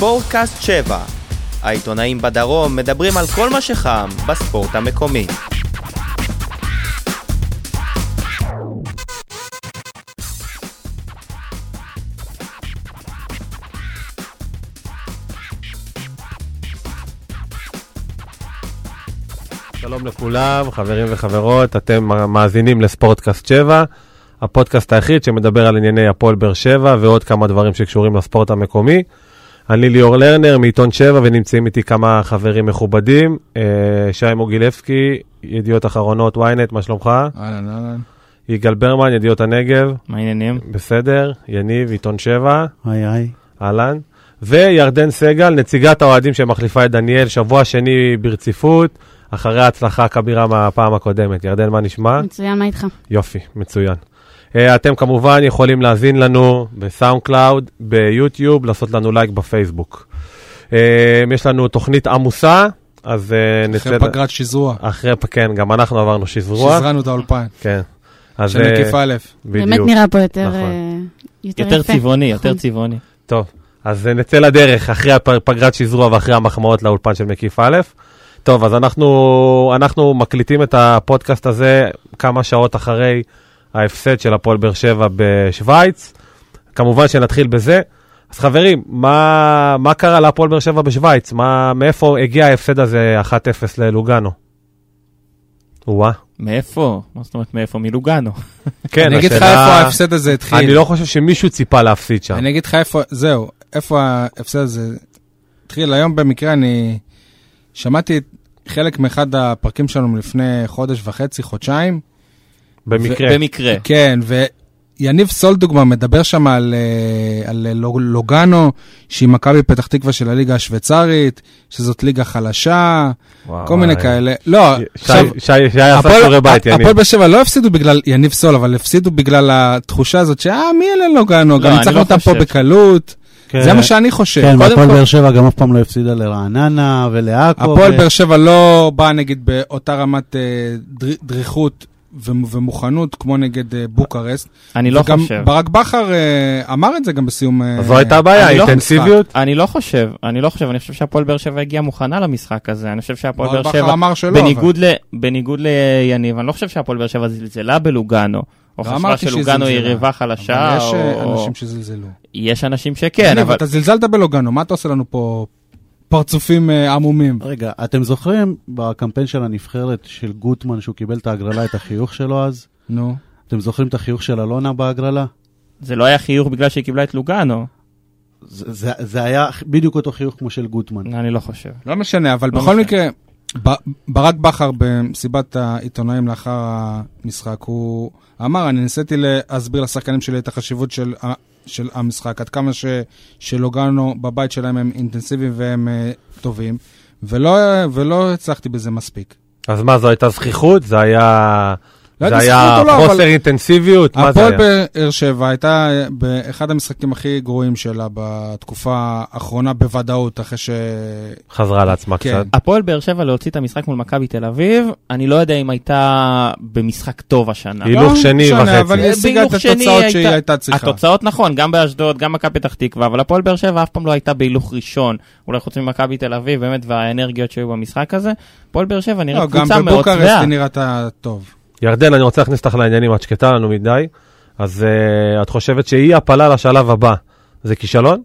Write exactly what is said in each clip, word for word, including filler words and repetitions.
ספורטקאסט שבע. העיתונאים בדרום מדברים על כל מה שחם בספורט המקומי. שלום לכולם, חברים וחברות, אתם מאזינים לספורטקאסט שבע, הפודקאסט היחיד שמדבר על ענייני הפועל באר שבע ועוד כמה דברים שקשורים לספורט המקומי. אני ליאור לרנר מעיתון שבע ונמצאים איתי כמה חברים מכובדים. שי מוגילבסקי, ידיעות אחרונות וויינט, מה שלומך? אהלן, אהלן. יגאל ברמן, ידיעות הנגב. מה העניינים? בסדר. יניב, עיתון שבע. היי היי. אהלן. וירדן סגל, נציגת האוהדים שמחליפה את דניאל, שבוע שני ברציפות, אחרי ההצלחה הכבירה מהפעם הקודמת. ירדן, מה נשמע? מצוין, מה איתך? יופי, מצוין. אתם כמובן יכולים להזין לנו בסאונד קלאוד, ביוטיוב, לעשות לנו לייק בפייסבוק. יש לנו תוכנית עמוסה, אז אחרי נצא... פגרת שזרוע. אחרי, כן, גם אנחנו עברנו שזרוע. שזרענו את האולפן. כן. של מקיף א'. באמת נראה פה יותר יפה. יותר צבעוני, יותר צבעוני. טוב, אז נצא לדרך אחרי פגרת שזרוע ואחרי המחמאות לאולפן של מקיף א'. טוב, אז אנחנו, אנחנו מקליטים את הפודקאסט הזה כמה שעות אחרי ההפסד של הפועל באר שבע בשוויץ. כמובן שנתחיל בזה. אז חברים, מה, מה קרה להפועל באר שבע בשוויץ? מה, מאיפה הגיע ההפסד הזה אחת אפס ללוגאנו? וואה. מאיפה? מה זאת אומרת מאיפה? מלוגאנו. כן, אני אגיד לך איפה ההפסד הזה התחיל. אני לא חושב שמישהו ציפה להפסיד שם. אני אגיד לך איפה, זהו, איפה ההפסד הזה התחיל. היום במקרה אני שמעתי חלק מאחד הפרקים שלנו לפני חודש וחצי, חודשיים. במקרה. במקרה. כן, ויניב סולדוגמה מדבר שם על, על לוגאנו, שהיא מכבי פתח תקווה של הליגה השוויצרית, שזאת ליגה חלשה, וואו, כל מיני כאלה. לא, עכשיו, הפועל באר שבע לא הפסידו בגלל יניב סול, אבל הפסידו בגלל התחושה הזאת, שאה, מי אלה לוגאנו? גם ניצחנו אותם פה בקלות. זה מה שאני חושב. כן, והפועל באר שבע גם אף פעם לא הפסידה לרעננה ולעכו. הפועל באר שבע לא באה נגיד באותה רמת דריכות ומוכנות, כמו נגד בוקרסט. אני לא חושב. וגם ברק בכר אמר את זה גם בסיום... זו הייתה בעיה, אינטנסיביות? אני לא חושב, אני לא חושב, אני חושב שהפועל באר שבע הגיעה מוכנה למשחק הזה, אני חושב שהפועל באר שבע... ברק בכר אמר שלא, בניגוד ליניב, אני לא חושב שהפועל באר שבע זלזלה בלוגאנו, או חשבה שלוגאנו היא יריבה חלשה, אבל יש אנשים שזלזלו. יש אנשים שכן, אבל... אתה זלזלת בלוגאנו, מה אתה עושה לנו פה... פרצופים עמומים. רגע, אתם זוכרים בקמפיין של הנבחרת של גוטמן, שהוא קיבל את ההגרלה, את החיוך שלו אז? נו. אתם זוכרים את החיוך של אלונה בהגרלה? זה לא היה חיוך בגלל שהיא קיבלה את לוגאנו. זה, זה היה בדיוק אותו חיוך כמו של גוטמן. אני לא חושב. לא משנה, אבל בכל מקרה, ברק בכר במסיבת העיתונאים לאחר המשחק, הוא אמר, אני ניסיתי להסביר לשחקנים שלי את החשיבות של... של המשחק, עד כמה ש, שלוגאנו בבית שלהם הם אינטנסיביים והם uh, טובים, ולא, ולא הצלחתי בזה מספיק. אז מה, זו הייתה זכיחות? זה היה, לא זה היה לא, חוסר אבל... אינטנסיביות? מה זה היה? הפועל באר שבע הייתה באחד המשחקים הכי גרועים שלה בתקופה האחרונה בוודאות, אחרי ש... חזרה לעצמה כן. קצת. הפועל באר שבע להוציא את המשחק מול מכבי תל אביב, אני לא יודע אם הייתה במשחק טוב השנה. הילוך לא, שני שונה, וחצי. אבל היא השיגה את התוצאות שהיא הייתה צריכה. התוצאות נכון, גם באשדוד, גם מכבי פתח תקווה, אבל הפועל באר שבע אף פעם לא הייתה בהילוך ראשון, אולי חוץ ממכבי תל אביב, באמת, והאנרגיות שהיו במשחק הזה. הפועל באר שבע נראית קבוצה מאוד גם בבוקרשט היא נראית טוב. ירדן, אני רוצה להכניס אותך לעניינים, את שקטה לנו מדי, אז uh, את חושבת שהיא הפלה לשלב הבא. זה כישלון?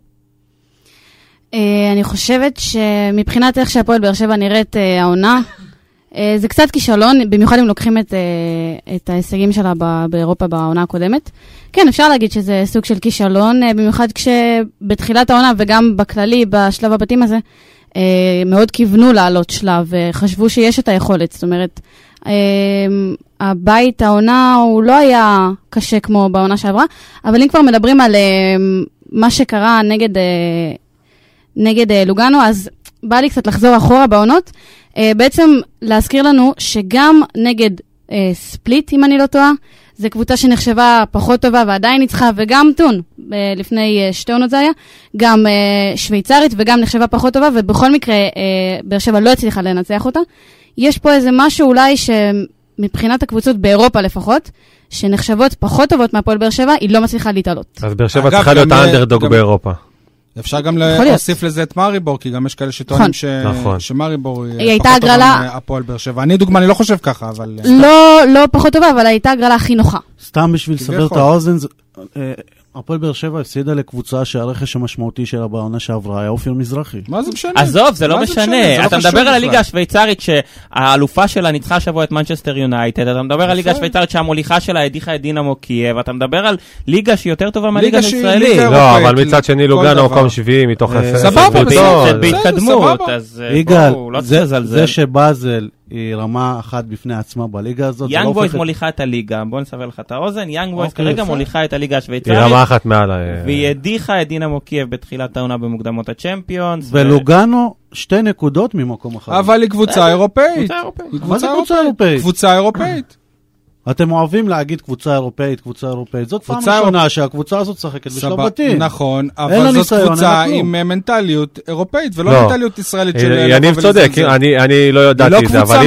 Uh, אני חושבת שמבחינת איך שהפועל באר שבע נראית uh, העונה, uh, זה קצת כישלון, במיוחד אם לוקחים את, uh, את ההישגים שלה ב- באירופה בעונה הקודמת. כן, אפשר להגיד שזה סוג של כישלון, uh, במיוחד כשבתחילת העונה וגם בכללי, בשלב הבתים הזה, uh, מאוד כיוונו לעלות שלב, וחשבו שיש את היכולת, זאת אומרת, uh, הבית העונה הוא לא היה קשה כמו בעונה שעברה, אבל אם כבר מדברים על uh, מה שקרה נגד, uh, נגד uh, לוגאנו, אז בא לי קצת לחזור אחורה בעונות, uh, בעצם להזכיר לנו שגם נגד uh, ספליט, אם אני לא טועה, זו קבוצה שנחשבה פחות טובה ועדיין ניצחה, וגם טון, uh, לפני uh, שתי עונות זה היה, גם uh, שוויצרית וגם נחשבה פחות טובה, ובכל מקרה uh, באר שבע לא הצליחה לנצח אותה. יש פה איזה משהו אולי ש... מבחינת הקבוצות באירופה לפחות, שנחשבות פחות טובות מהפועל באר שבע, היא לא מצליחה להתעלות. אז באר שבע צריכה להיות האנדרדוג באירופה. אפשר גם להוסיף לזה את מריבור, כי גם יש כאלה שטוענים שמריבור היא פחות טובה מהפועל באר שבע. אני דוגמה, אני לא חושב ככה, אבל... לא פחות טובה, אבל הייתה הגרלה הכי נוחה. סתם בשביל לסבר את האוזן, הפועל באר שבע הפסידה לקבוצה שהרכש המשמעותי שלה בעונה שעברה היה אופיר מזרחי. מה זה משנה? עזוב, זה לא משנה. אתה מדבר על הליגה השוויצרית שהאלופה שלה ניצחה השבוע את מנצ'סטר יונייטד, אתה מדבר על הליגה השוויצרית שהמוליכה שלה הדיחה את דינמו קייב, אתה מדבר על ליגה שהיא יותר טובה מהליגה הישראלית. לא, אבל מצד שני לוגאנו מקום שביעי מתוך עשרה. סבבה, זה בהתקדמות, אז בואו, לא תזלזל. זה שבאזל היא רמה אחת בפני עצמה בליגה הזאת. יאנג בויז מוליכה את הליגה, בוא נסבר לך את האוזן, יאנג בויז כרגע מוליכה את הליגה השוויצרית. היא רמה אחת מעל. והיא הדיחה את דינמו קייב בתחילת העונה במוקדמות הצ'מפיונס. ולוגאנו שתי נקודות ממקום אחר. אבל היא קבוצה אירופאית. מה זה קבוצה אירופאית? קבוצה אירופאית. אתם אוהבים להגיד קבוצה אירופאית, קבוצה אירופאית. זאת פעם ראשונה שהקבוצה הזאת שחקת בשלב בתים. נכון, אבל זאת קבוצה עם מנטליות אירופאית, ולא מנטליות ישראלית של... יניב צודק, אני לא יודעתי את זה, אבל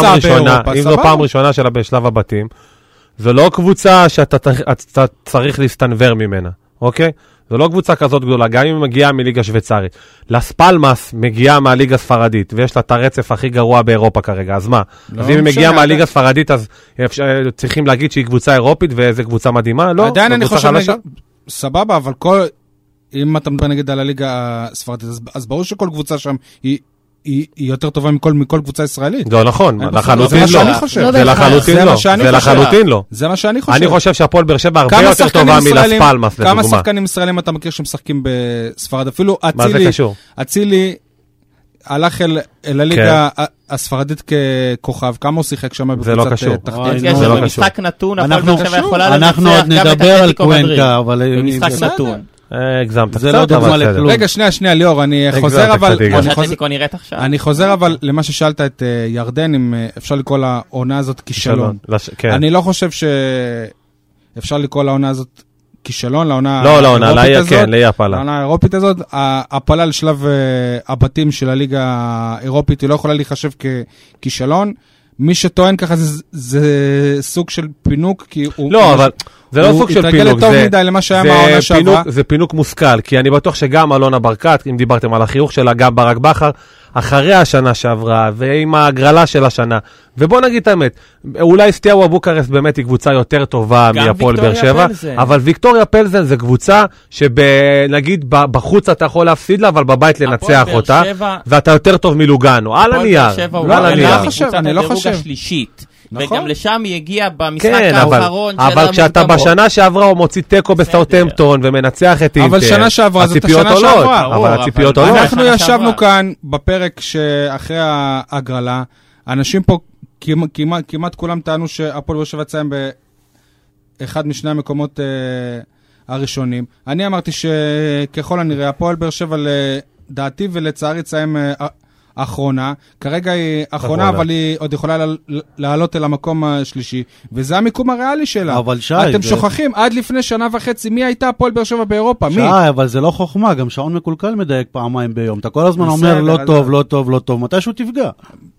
אם זו פעם ראשונה שלה בשלב הבתים, זו לא קבוצה שאתה צריך להסתנבר ממנה, אוקיי? זו לא קבוצה כזאת גדולה, גם אם היא מגיעה מליגה שוויצרית. לס פלמאס מגיעה מהליגה ספרדית, ויש לה את הרצף הכי גרוע באירופה כרגע, אז מה? אז אם היא מגיעה מהליגה ספרדית, אז צריכים להגיד שהיא קבוצה אירופית, ואיזו קבוצה מדהימה? לא, עדיין אני חושב, סבבה, אבל כל, אם אתה מדבר נגיד על הליגה הספרדית, אז ברור שכל קבוצה שם היא... היא יותר טובה מכל, מכל קבוצה ישראלית. לא נכון, לחלוטין לא. זה לחלוטין לא. זה לחלוטין לא. זה מה שאני חושב. אני חושב שהפועל באר שבע הרבה יותר טובה מלס פלמאס, לדוגמה. כמה שחקנים ישראלים אתה מכיר שמשחקים בספרד? אפילו מה זה קשור? אצילי הלך אל הליגה הספרדית ככוכב, כמה הוא שיחק שם בקבוצת תחתית? זה לא קשור. במשחק נתון, הפועל באר שבע יכולה לנצח אנחנו עוד נדבר על קוונקה, אבל... במשחק נתון. הגזמת זה לא דוגמה לכלום. רגע, שנייה, שנייה, ליאור, אני חוזר אבל... אני חוזר אבל למה ששאלת את ירדן, אם אפשר לקרוא לעונה הזאת כישלון. אני לא חושב שאפשר לקרוא לעונה הזאת כישלון, לעונה האירופית הזאת. לעונה האירופית הזאת, ההפלה לשלב הבתים של הליגה האירופית, היא לא יכולה להיחשב ככישלון. מי שטוען ככה זה סוג של פינוק, כי הוא... לא, אבל... זה לא סוג של פינוק, זה פינוק מושכל, כי אני בטוח שגם אלונה ברקת, אם דיברתם על החיוך שלה, גם ברק בכר, אחרי השנה שעברה, ועם ההגרלה של השנה, ובוא נגיד את האמת, אולי סטיהו אבוקרסט באמת היא קבוצה יותר טובה מהפועל באר שבע, אבל ויקטוריה פלזן זה קבוצה שנגיד בחוץ אתה יכול להפסיד לה, אבל בבית לנצח אותה, ואתה יותר טוב מלוגאנו, על הנייר. אני לא חושב. וגם לשם היא הגיעה במשחק האחרון. אבל כשאתה בשנה שעברה הוא מוציא טקו בסאוטהמפטון ומנצח את אינטר. אבל שנה שעברה זאת השנה שעברה. אבל הציפיות עולות. אנחנו ישבנו כאן בפרק שאחרי ההגרלה, אנשים פה כמעט כולם טענו שהפועל באר שבע יצאים באחד משני המקומות הראשונים. אני אמרתי שככל הנראה הפועל באר שבע לדעתי ולצערי יצאים האחרונה, כרגע היא אחרונה, אבל היא עוד יכולה לעלות אל המקום השלישי, וזה המיקום הריאלי שלה. אבל שי... אתם שוכחים, עד לפני שנה וחצי, מי הייתה הפועל באר שבע באירופה? מי? שי, אבל זה לא חוכמה, גם שעון מקולקל מדייק פעמיים ביום. אתה כל הזמן אומר לא טוב, לא טוב, לא טוב, מתישהו תפגע.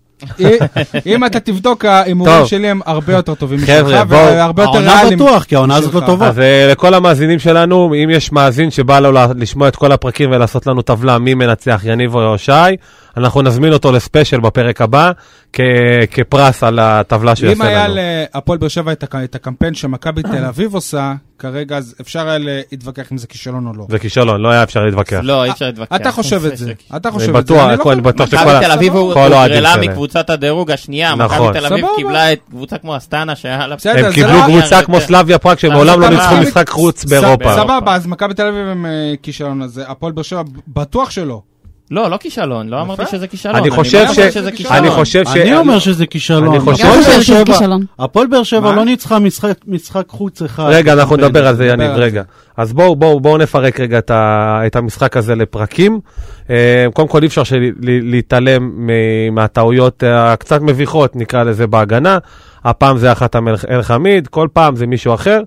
אם אתה תבדוק, ההימורים שלי הם הרבה יותר טובים משלך, והרבה יותר ריאליים. העונה בטוח, כי העונה הזאת לא טובה. אז לכל המאזינים שלנו, אם יש מאזין שבא לו לשמוע את כל הפרקים ולעשות לנו טבלה מי מנצח, יניב או שי, אנחנו נזמין אותו לספיישל בפרק הבא, כפרס על הטבלה שהוא יעשה לנו. אם היה להפועל באר שבע את הקמפיין שמכבי תל אביב עושה, כרגע אפשר היה להתווכח אם זה כישלון או לא. זה כישלון, לא היה אפשר להתווכח. לא, אי אפשר להתווכח. אתה חושב את זה. אתה חושב את זה. אני בטוח שכל מכבי תל אביב הוא גרלה מקבוצת הדירוג השנייה. מכבי תל אביב קיבלה את קבוצה כמו אסטנה שהיה לה... הם קיבלו קבוצה כמו סלאביה פראג, שמעולם לא ניצחו משחק חוץ באירופה. סבבה, אז מכבי תל אביב הם כישלון הזה. הפועל באר שבע בטוח שלא. לא, לא כישלון, לא אמרתי שזה כישלון. אני חושב ש... אני חושב ש... אני אומר שזה כישלון. אני חושב שזה כישלון. הפועל באר שבע לא ניצחה משחק חוץ אחד. רגע, אנחנו נדבר על זה, יניב, רגע. אז בואו, בואו, בואו נפרק רגע את המשחק הזה לפרקים. קודם כל, אי אפשר להתעלם מהטעויות הקצת מביכות, נקרא לזה בהגנה. הפעם זה אחת אל חמיד, כל פעם זה מישהו אחר.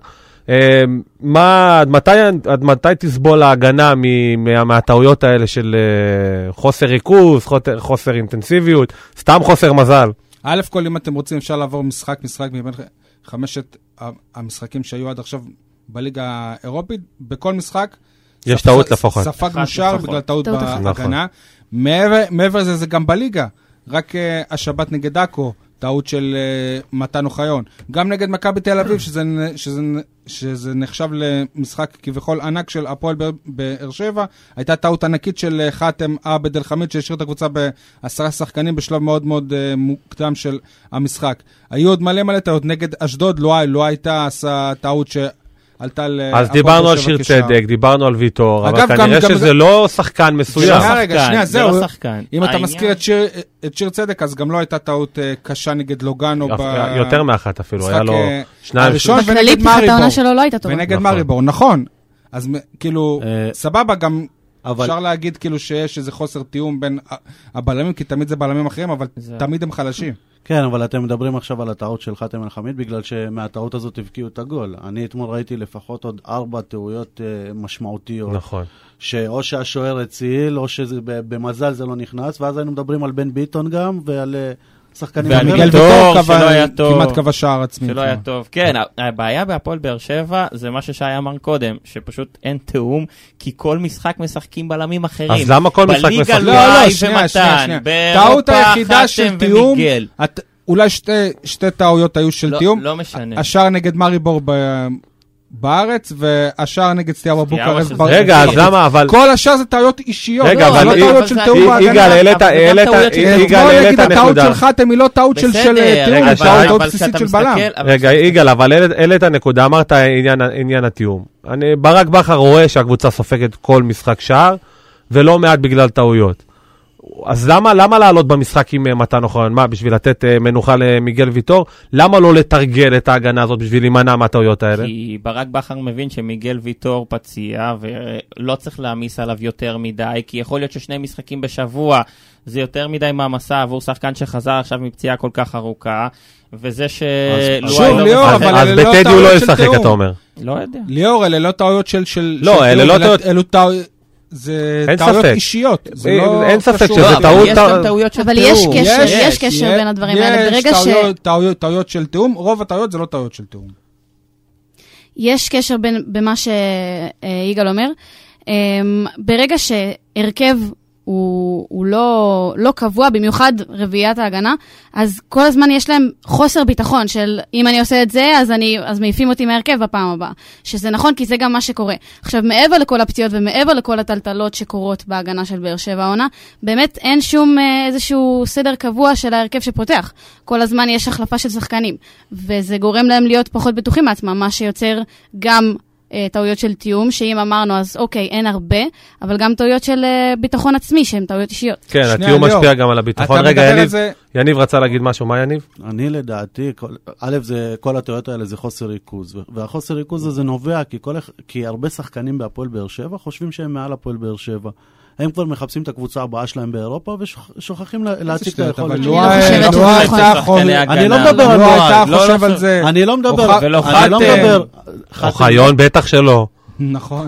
מה, עד מתי, עד מתי תסבול ההגנה מהטעויות האלה של חוסר ריכוז, חוסר אינטנסיביות, סתם חוסר מזל? א' כל, אם אתם רוצים, אפשר לעבור משחק, משחק מבין חמשת המשחקים שהיו עד עכשיו בליגה האירופית. בכל משחק יש טעות לפחות. ספגנו שער בגלל טעות בהגנה. מעבר לזה זה גם בליגה. רק השבת נגד עכו, טעות של מתן אוחיון. גם נגד מכבי תל אביב, שזה, שזה, שזה נחשב למשחק כביכול ענק של הפועל באר שבע, הייתה טעות ענקית של חאתם עבד אל חמיד, שהשאיר את הקבוצה בעשרה שחקנים בשלב מאוד מאוד מוקדם של המשחק. היו עוד מלא מלא טעות. נגד אשדוד לא, לא הייתה עשה טעות ש... אז דיברנו על שיר צדק, דיברנו על ויטור, אבל כנראה שזה לא שחקן מסוים. שנייה רגע, שנייה, זהו. אם אתה מזכיר את שיר צדק, אז גם לא הייתה טעות קשה נגד לוגאנו. יותר מאחת אפילו, היה לו שניים. הראשון ונגד מאריבור. ונגד מאריבור, נכון. אז כאילו, סבבה, גם אפשר להגיד כאילו שיש איזה חוסר תיאום בין הבלמים, כי תמיד זה בלמים אחרים, אבל תמיד הם חלשים. כן, אבל אתם מדברים עכשיו על הטעות של חאתם אל חמיד, בגלל שמהטעות הזאת הבקיעו את הגול. אני אתמול ראיתי לפחות עוד ארבע טעויות uh, משמעותיות. נכון. שאו שהשוער הציל, או שבמזל זה לא נכנס, ואז היינו מדברים על בן ביטון גם, ועל uh, שחקנים... ועל מיגל ויטור, שלא היה טוב. כמעט קבע שער עצמי. שלא היה טוב. כן, הבעיה בהפועל באר שבע, זה מה ששי אמר קודם, שפשוט אין תיאום, כי כל משחק משחקים בלמים אחרים. אז למה כל משחק משחקים? לא, לא, שנייה, שנייה. טעות היחידה של תיאום, אולי שתי טעויות היו של תיאום. לא משנה. השער נגד מאריבור בארץ, והשער נגד סטייה בבוקרשט. רגע, אז למה, אבל... כל השאר זה טעויות אישיות. רגע, אבל... לא טעויות של תיאום בהגנה. יגאל, העלית, העלית, יגאל, העלית הנקודה. הטעות שלך, אתם היא לא טעות של תיאום, היא טעות בסיסית של בלם. רגע, יגאל, אבל העלית הנקודה, אמרת עניין התיאום. ברק בכר רואה שהקבוצה סופגת כל משחק שער, ולא מעט בגלל טעויות. אז למה, למה לעלות במשחק עם מתן אוחיון? מה, בשביל לתת מנוחה למיגל ויטור? למה לא לתרגל את ההגנה הזאת בשביל להימנע מהטעויות האלה? כי ברק בכר מבין שמיגל ויטור פציע, ולא צריך להעמיס עליו יותר מדי, כי יכול להיות ששני משחקים בשבוע זה יותר מדי מהמסע עבור שחקן שחזר עכשיו מפציעה כל כך ארוכה, וזה ש... שוב, ליאור, אבל אז בטדי הוא לא ישחק, אתה אומר. לא יודע. ליאור, אלה לא טעויות של... לא, אלה לא טעויות... זה טעויות אישיות. אין ספק שזה טעות. יש גם טעויות של תיאום. אבל יש קשר, יש קשר בין הדברים האלה. יש טעויות של תיאום, רוב הטעויות זה לא טעויות של תיאום. יש קשר במה שיגאל אומר. ברגע שהרכב הוא, הוא לא, לא קבוע, במיוחד רביעיית ההגנה, אז כל הזמן יש להם חוסר ביטחון של אם אני עושה את זה, אז, אני, אז מעיפים אותי מהרכב בפעם הבאה. שזה נכון, כי זה גם מה שקורה. עכשיו, מעבר לכל הפציעות ומעבר לכל הטלטלות שקורות בהגנה של באר שבע העונה, באמת אין שום איזשהו סדר קבוע של ההרכב שפותח. כל הזמן יש החלפה של שחקנים, וזה גורם להם להיות פחות בטוחים מעצמם, מה שיוצר גם... טעויות של תיאום, שאם אמרנו, אז אוקיי, אין הרבה, אבל גם טעויות של ביטחון עצמי, שהן טעויות אישיות. כן, התיאום משפיע גם על הביטחון. רגע, יניב, יניב רצה להגיד משהו, מה יניב? אני לדעתי, א', כל הטעויות האלה זה חוסר ריכוז, והחוסר ריכוז הזה נובע, כי הרבה שחקנים בהפועל באר שבע חושבים שהם מעל הפועל באר שבע. הם כבר מחפשים את הקבוצה הבאה שלהם באירופה, ושוכחים להציג את היכולת. אני לא מדבר על זה. אני לא מדבר על זה. אוחיון בטח שלא. נכון.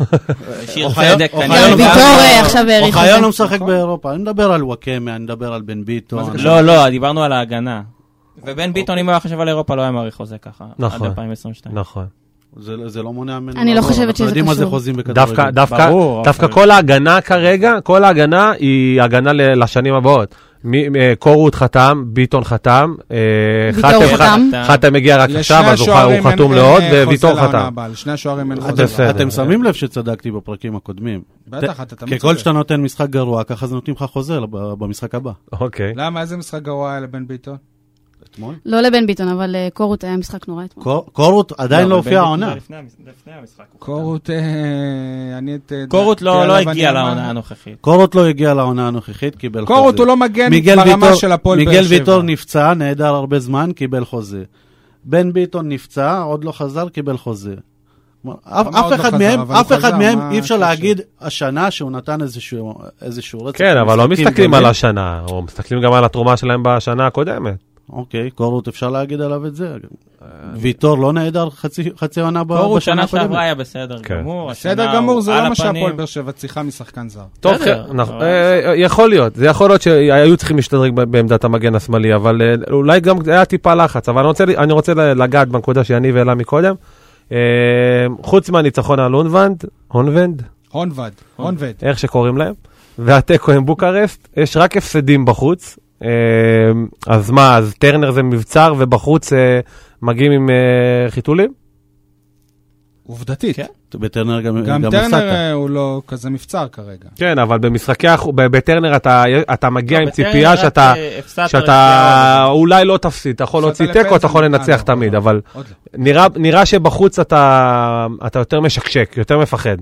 אוחיון לא משחק באירופה. אני מדבר על וואקמה, אני מדבר על בן ביטון. לא, לא, דיברנו על ההגנה. ובן ביטון, אם הוא היה חשב על אירופה, לא היה מעריך חוזה ככה. עד אלפיים עשרים ושתיים. נכון. זה לא מונע ממנו. אני לא חושבת שזה קשור. דווקא כל ההגנה כרגע, כל ההגנה היא הגנה לשנים הבאות. קורות חתם, ביטון חתם, חתם מגיע רק עכשיו, אז הוא חתום לעוד, וויטור חתם. לשני השוערים אין חוזה. אתם שמים לב שצדקתי בפרקים הקודמים. בטח, אתה תמיד ככל שאתה נותן משחק גרוע, ככה זה נותנים לך חוזה במשחק הבא. אוקיי. למה? איזה משחק גרוע היה לבן ביטון? לא לבן ביטון, אבל קורות היה משחק נורא אתמול. קורות עדיין לא הופיע העונה. קורות, אני את... קורות לא הגיע לעונה הנוכחית. קורות לא הגיע לעונה הנוכחית, קיבל חוזה. קורות הוא לא מגן ברמה של הפועל באר שבע. מיגל ויטור נפצע, נהדר הרבה זמן, קיבל חוזה. בן ביטון נפצע, עוד לא חזר, קיבל חוזה. אף אחד מהם, אף אחד מהם אי אפשר להגיד השנה שהוא נתן איזשהו רצף. כן, אבל לא מסתכלים על השנה, או מסתכלים גם על התרומה שלהם בשנה הקודמת. אוקיי, קורות אפשר להגיד עליו את זה. ויטור לא נהדר חצי עונה בשנה הקודמת. קורות שנה שעברה היה בסדר גמור. בסדר גמור, זה לא מה שהפועל באר שבע צריכה משחקן זר. טוב, יכול להיות. זה יכול להיות שהיו צריכים להשתדרג בעמדת המגן השמאלי, אבל אולי גם היה טיפה לחץ. אבל אני רוצה לגעת בנקודה שאני ואלה מקודם. חוץ מהניצחון על הונבנד, הונבנד, הונבד, הונבד. איך שקוראים להם. והטקו עם בוקרסט, יש רק הפסדים בחוץ. אז מה, אז טרנר זה מבצר, ובחוץ מגיעים עם חיתולים? עובדתית. בטרנר גם גם טרנר הוא לא כזה מבצר כרגע. כן, אבל במשחקי, בטרנר אתה מגיע עם ציפייה שאתה אולי לא תפסיד, אתה יכול להוציא טקו, אתה יכול לנצח תמיד, אבל נראה שבחוץ אתה יותר משקשק, יותר מפחד.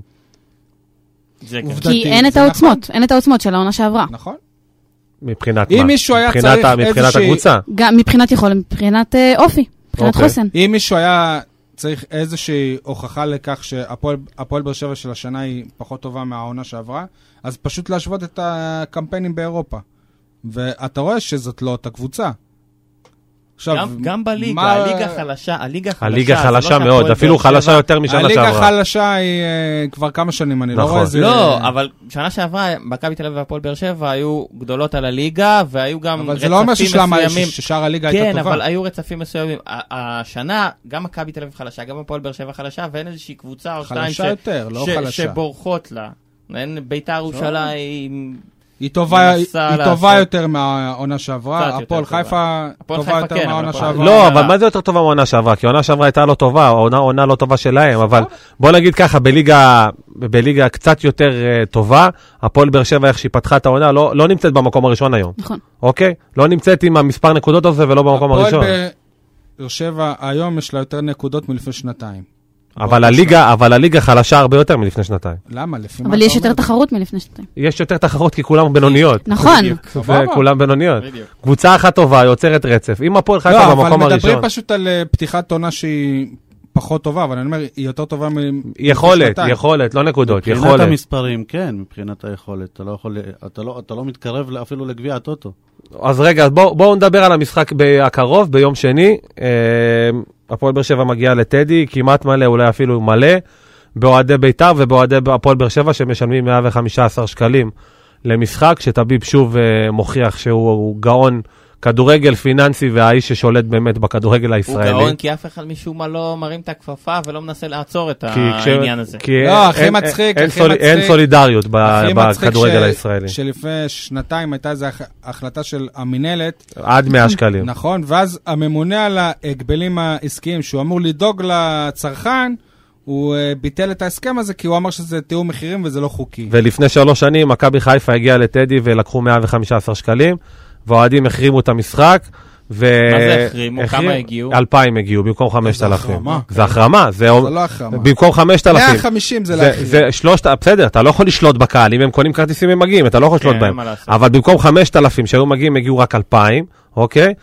כי אין את העוצמות, אין את העוצמות של העונה שעברה. נכון. מבחינת מה? אם מישהו היה צריך מבחינת הקבוצה? גם מבחינת יכולת, מבחינת אופי, מבחינת חוסן. אם מישהו היה צריך איזושהי הוכחה לכך שהפועל באר שבע של השנה היא פחות טובה מהעונה שעברה, אז פשוט להשוות את הקמפיינים באירופה. ואתה רואה שזאת לא אותה קבוצה. גם בליגה, הליגה חלשה, הליגה חלשה. הליגה חלשה מאוד, אפילו חלשה יותר משנה שעברה. הליגה חלשה היא כבר כמה שנים, אני לא רואה איזה... לא, אבל שנה שעברה, מכבי תל אביב והפועל באר שבע היו גדולות על הליגה, והיו גם רצפים מסוימים. אבל זה לא אומר ששאר הליגה הייתה טובה. כן, אבל היו רצפים מסוימים. השנה, גם מכבי תל אביב חלשה, גם הפועל באר שבע חלשה, ואין איזושהי קבוצה או שתיים שבורחות לה. בית"ר ירושלים היא טובה, היא טובה יותר מהעונה שעברה, הפועל חיפה טובה יותר מהעונה שעברה. לא, אבל מה זה יותר טובה מהעונה שעברה? כי העונה שעברה הייתה לא טובה, העונה לא טובה שלהם, אבל בוא נגיד ככה, בליגה קצת יותר טובה, הפועל באר שבע איך שהיא פתחה את העונה, לא נמצאת במקום הראשון היום. נכון. אוקיי? לא נמצאת עם המספר נקודות הזה ולא במקום הראשון. הפועל באר שבע היום יש לה יותר נקודות מלפני שנתיים. אבל הליגה, אבל הליגה חלשה הרבה יותר מלפני שנתיים. למה? לפי אבל יש יותר תחרות מלפני שנתיים. יש יותר תחרות כי כולם בינוניות. נכון. וכולם בינוניות. קבוצה אחת טובה, יוצרת רצף. אם הפועל חיפה במקום הראשון. לא, אבל מדברים פשוט על פתיחת עונה שהיא פחות טובה, אבל אני אומר, היא יותר טובה מלפני יכולת, יכולת, לא נקודות, יכולת. מבחינת המספרים, כן, מבחינת היכולת. אתה לא יכול, אתה לא מתקרב אפילו לגביע הטוטו. אז רגע, בואו נדבר על המשחק הקרוב, ביום שני. הפועל באר שבע מגיע לטדי, כמעט מלא, אולי אפילו מלא, באוהדי בית"ר ובאוהדי הפועל באר שבע שמשלמים מאה וחמישה עשר שקלים למשחק, שטביב שוב מוכיח שהוא גאון כדורגל פיננסי והאיש ששולט באמת בכדורגל הישראלי. הוא גאון כי אף אחד משום מה לא מרים את הכפפה ולא מנסה לעצור את העניין הזה. כי לא, הכי מצחיק, אין סולידריות בכדורגל הישראלי. שלפני שנתיים הייתה איזו החלטה של המנהלת. עד מאה שקלים. נכון, ואז הממונה על ההגבלים העסקיים, שהוא אמור לדאוג לצרכן, הוא ביטל את ההסכם הזה, כי הוא אמר שזה תיאום מחירים וזה לא חוקי. ולפני שלוש שנים, מכבי חיפה הגיעה לטדי ולקחו מאה וחמישה עשר שקלים, והאוהדים החרימו את המשחק. מה זה החרימו? כמה הגיעו? אלפיים הגיעו, במקום חמשת אלפים. זה החרמה. זה לא החרמה. במקום חמשת אלפים. מאה וחמישים זה להחרים. זה שלושת, בסדר, אתה לא יכול לשלוט בקהל, אם הם קונים כרטיסים הם מגיעים, אתה לא יכול לשלוט בהם. אבל במקום חמשת אלפים שהיו מגיעים, הגיעו רק אלפיים, אוקיי?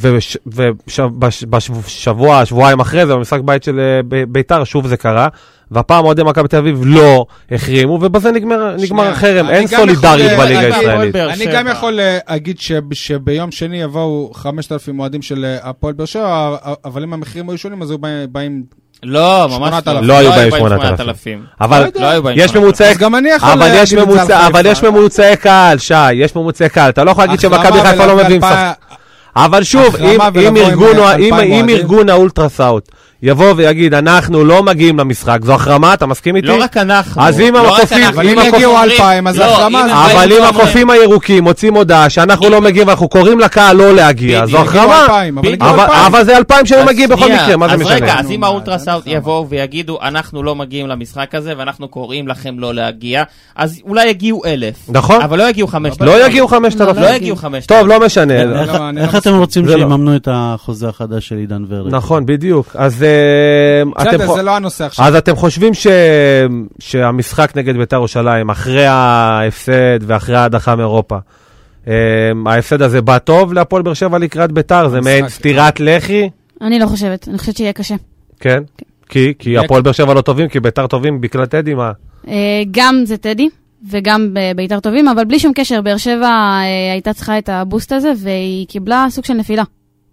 ובשבוע, שבועיים אחרי זה, במשחק בית של בית"ר, שוב זה קרה, והפעם אוהדי מכבי תל אביב לא החרימו, ובזה נגמר החרם, אין סולידריות בליגה הישראלית. אני גם יכול להגיד שביום שני יבואו חמשת אלפים אוהדים של הפועל באר שבע, אבל אם המחירים היו שונים, אז היו באים... לא, ממש לא. לא היו באים שמונת אלפים. אבל יש ממוצעי... אבל יש ממוצעי קהל, שי, יש ממוצעי קהל. אתה לא יכול להגיד שמכבי חיפה לא מביאים שחק. אבל שוב, אם ארגון האולטרסאוט יבוא ויגיד, אנחנו לא מגיעים למשחק, זו החרמה, אתה מסכים איתי? לא רק אנחנו. אז אם הקופים... אבל אם יגיעו אלפיים, אז החרמה... אבל אם הקופים הירוקים מוצאים הודעה שאנחנו לא מגיעים, ואנחנו קוראים לקהל לא להגיע, זו החרמה. אבל זה אלפיים שלא מגיעים בכל מקרה, מה זה משנה? אז רגע, אז אם האולטרסאוט יבואו ויגידו, אנחנו לא מגיעים למשחק הזה, ואנחנו קוראים לכם לא להגיע, אז אולי יגיעו אלף. נכון. אבל לא יגיעו חמשת אלפים. לא יגיעו חמשת אלפים. לא יגיעו חמשת אלפים. טוב, לא משנה. איך אתם רוצים שיממנו את החוזה החדש של עידן ורד? נכון, בדיוק. אז זה לא הנושא עכשיו. אז אתם חושבים שהמשחק נגד בית"ר ירושלים, אחרי ההפסד ואחרי ההדחה מאירופה, ההפסד הזה בא טוב להפועל באר שבע לקראת בית"ר? זה מעין סטירת לחי? אני לא חושבת, אני חושבת שיהיה קשה. כן? כי? כי הפועל באר שבע לא טובים, כי בית"ר טובים בגלל טדי, מה? גם זה טדי. וגם בית"ר טובים, אבל בלי שום קשר, באר שבע הייתה צריכה את הבוסט הזה, והיא קיבלה סוג של נפילה.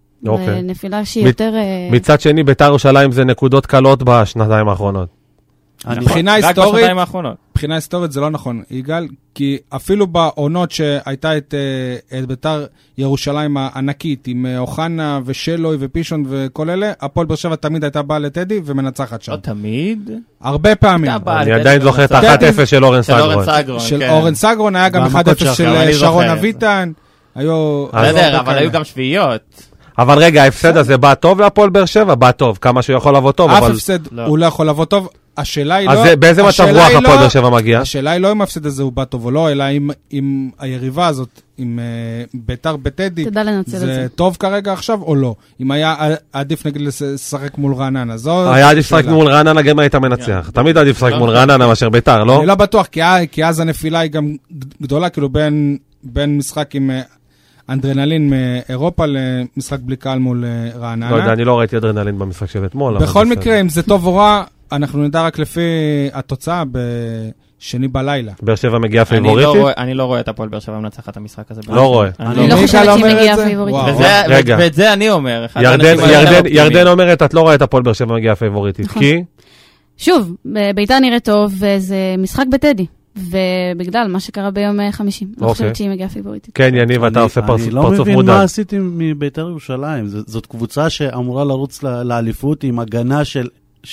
נפילה שהיא יותר... מצד שני, בית"ר ירושלים זה נקודות קלות בשנתיים האחרונות. מבחינה רק היסטורית, בשנתיים האחרונות. מבחינה היסטורית זה לא נכון, יגאל, כי אפילו בעונות שהייתה את, את ביתר ירושלים הענקית, עם אוחנה ושלוי ופישון וכל אלה, הפועל באר שבע תמיד הייתה באה לטדי ומנצחת שם. לא תמיד. הרבה פעמים. אני עדיין זוכר את ה-אחת אפס של אורן סגרון. של אורן סגרון, היה גם אחת אפס של שרון אביטן. היו... בסדר, אבל היו גם שביעיות. אבל רגע, ההפסד הזה בא טוב להפועל באר שבע? בא טוב, כמה שהוא יכול לבוא טוב, אף אבל... הפסד הוא לא יכול לבוא טוב. השאלה היא לא... אז באיזה מצב רוח הפועל באר שבע מגיע? השאלה היא לא אם ההפסד הזה הוא בא טוב או לא, אלא אם היריבה הזאת, עם ביתר בטדי, זה טוב כרגע עכשיו או לא. אם היה עדיף נגיד לשחק מול רעננה, זו... היה עדיף לשחק מול רעננה, גם היית מנצח. תמיד עדיף לשחק מול רעננה מאשר ביתר, לא? אני לא בטוח, כי אז הנפילה היא גם גדולה, כאילו בין משחק עם... אנדרנלין מאירופה למשחק בלי קהל מול רעננה. לא יודע, אני לא ראיתי אנדרנלין במשחק של אתמול. בכל מקרה, אם זה טוב או רע, אנחנו נדע רק לפי התוצאה בשני בלילה. באר שבע מגיעה פייבוריטית? אני לא רואה את הפועל באר שבע מנצחת את המשחק הזה. לא רואה. אני לא חושבת שהיא מגיעה פייבוריטית. ואת זה אני אומר. ירדן אומרת, את לא רואה את הפועל באר שבע מגיעה פייבוריטית. כי? שוב, ביתר נראה טוב, וזה משחק בטדי. ובגלל מה שקרה ביום חמישי. לא חושבת שהיא מגיעה פיבוריטית. כן, יניב, אתה עושה פרצוף מודע. אני לא מבין מה עשיתי מביתר ירושלים. זאת קבוצה שאמורה לרוץ לאליפות עם הגנה של...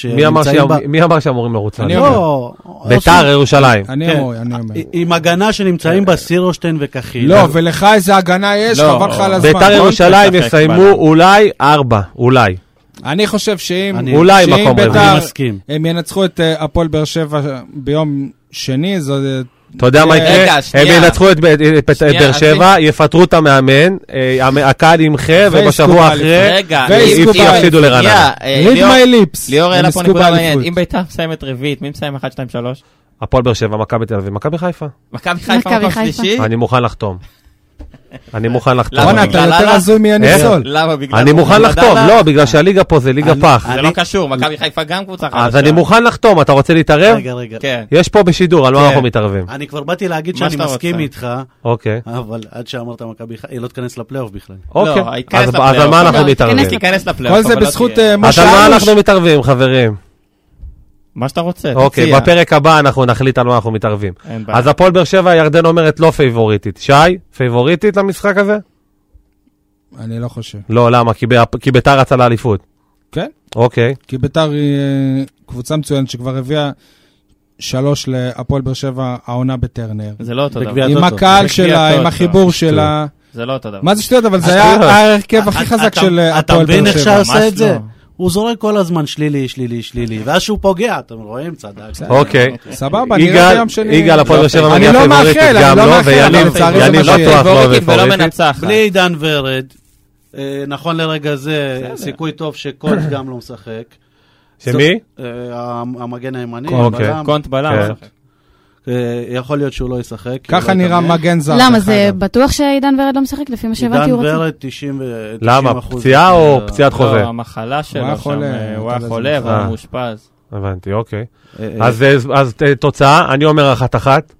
מי אמר שאמורים לרוץ לאליפות? לא. ביתר ירושלים. אני אומר, אני אומר. עם הגנה שנמצאים בסירושטיין וכחיל. לא, ולך איזה הגנה יש, חבל לך על הזמן. ביתר ירושלים יסיימו אולי ארבע, אולי. אני חושב שאם אולי מקום ביתר הם ינצחו את הפועל באר שבע ביום שני, זו... אתה יודע מה יקרה? הם ינצחו את באר שבע, יפטרו את המאמן, הקהל ימחה, ובשבוע אחרי יפסידו לרעננה. read my lips. ליאור אלה פה נקודה מעניין. אם ביתר מסיימת רביעית, מי מסיים אחת, שתיים, שלוש? הפועל באר שבע, מכבי תל אביב, מכבי חיפה. מכבי חיפה מקום שלישי? אני מוכן לחתום. אני מוכן לחתום. רונה, אתה יותר הזוי מיניסול. למה? בגלל... אני מוכן לחתום, לא, בגלל שהליגה פה זה ליגה פח. זה לא קשור, מכבי חיפה גם קבוצה חדשה. אז אני מוכן לחתום, אתה רוצה להתערב? רגע, רגע. יש פה בשידור, על מה אנחנו מתערבים. אני כבר באתי להגיד שאני מסכים איתך, אוקיי. אבל עד שאמרת מכבי חיפה, היא לא תכנס לפלייאוף בכלל. אוקיי, אז על מה אנחנו מתערבים? כל זה בזכות אז על מה אנחנו מתערבים, חברים? מה שאתה רוצה, אוקיי, בפרק הבא אנחנו נחליט על מה אנחנו מתערבים. אז הפועל באר שבע, ירדן אומרת לא פייבוריטית. שי, פייבוריטית למשחק הזה? אני לא חושב. לא, למה? כי ביתר רצה לאליפות. כן. אוקיי. כי ביתר היא קבוצה מצוינת שכבר הביאה שלוש להפועל באר שבע העונה בטרנר. זה לא אותו דבר. עם הקהל שלה, עם החיבור שלה. זה לא אותו דבר. מה זה שטויות? אבל זה היה ההרכב הכי חזק של הפועל באר שבע. אתה מבין איך שעושה את זה? הוא זורק כל הזמן שלילי, שלילי, שלילי, ואז שהוא פוגע, אתם רואים צדק. אוקיי. סבבה, נראה ביום שני. יגאל, הפועל באר שבע מגיע פייבוריטית גם לא, ויניב בטוח לא בפייבוריטית. בלי עידן ורד, נכון לרגע זה, סיכוי טוב שקונט גם לא משחק. שמי? המגן הימני. קונט בלם משחק. יכול להיות שהוא לא ישחק. ככה נראה מגן זר. למה? זה בטוח שעידן ורד לא משחק לפי מה שהבנתי הוא רוצה? עידן ורד תשעים אחוז. למה? פציעה או פציעת חוזה? לא, המחלה שלו שם, הוא היה חולה והוא מאושפז. הבנתי, אוקיי. אז תוצאה, אני אומר אחת אחת.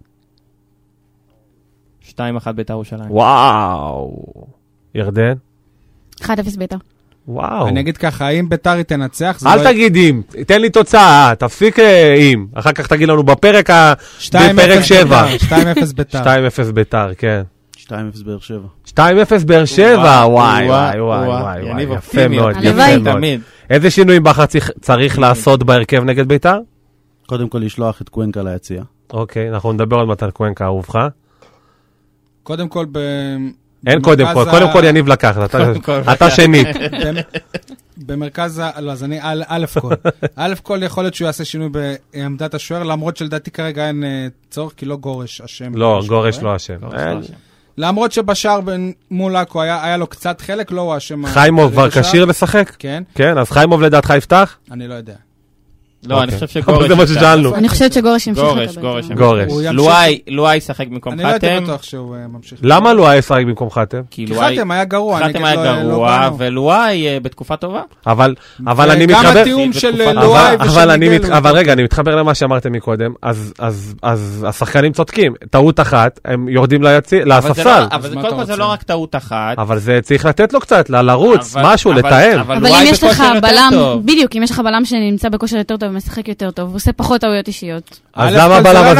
שתיים אחת ביתר ירושלים. וואו. ירדן? אחד אפס ביתר. וואו. אני אגיד ככה, אם ביתר היא תנצח... אל תגיד אם, תן לי תוצאה, תפסיק אם. אחר כך תגיד לנו בפרק שבע. שתיים אפס ביתר. שתיים אפס ביתר, כן. שתיים אפס באר שבע. שתיים אפס באר שבע, וואי, וואי, וואי, וואי. יפה מאוד, יפה מאוד. איזה שינויים בכר צריך לעשות בהרכב נגד ביתר? קודם כל לשלוח את קוונקה ליציע. אוקיי, אנחנו נדבר על מתן קוונקה, אהובך. קודם כל ב... אין קודם כל, קודם כל יניב לקח, אתה שנית. במרכז, לא, אז אני א' כל. א' כל יכול להיות שהוא יעשה שינוי בעמדת השוער, למרות שלדעתי כרגע אין צורך, כי לא גורש אשם. לא, גורש לא אשם. למרות שבשער מול אקו היה לו קצת חלק, לא הוא אשם. חיימוב כבר כשיר לשחק? כן. כן, אז חיימוב לדעתך יפתח? אני לא יודע. לא, אני חושב שגורש... זה מה ששאלנו. אני חושבת שגורש ימשיך גורש, גורש. גורש. לואי ישחק במקום חתם. אני לא הייתי בטוח שהוא ממשיך. למה לואי ישחק במקום חתם? כי חתם היה גרוע. חתם היה גרוע, ולואי בתקופה טובה. אבל אני מתחבר... גם התיאום של לואי ושל מיגל. אבל רגע, אני מתחבר למה שאמרתם מקודם, אז השחקנים צודקים. טעות אחת, הם יורדים לספסל. אבל קודם כל זה לא רק טעות אחת. אבל זה צריך לתת לו קצת, לרוץ, משהו, לתאם. אבל אם יש לך בלם, בדיוק, אם יש לך בלם שנמצא בכושר יותר טוב משחק יותר טוב, הוא עושה פחות טעויות אישיות. אז למה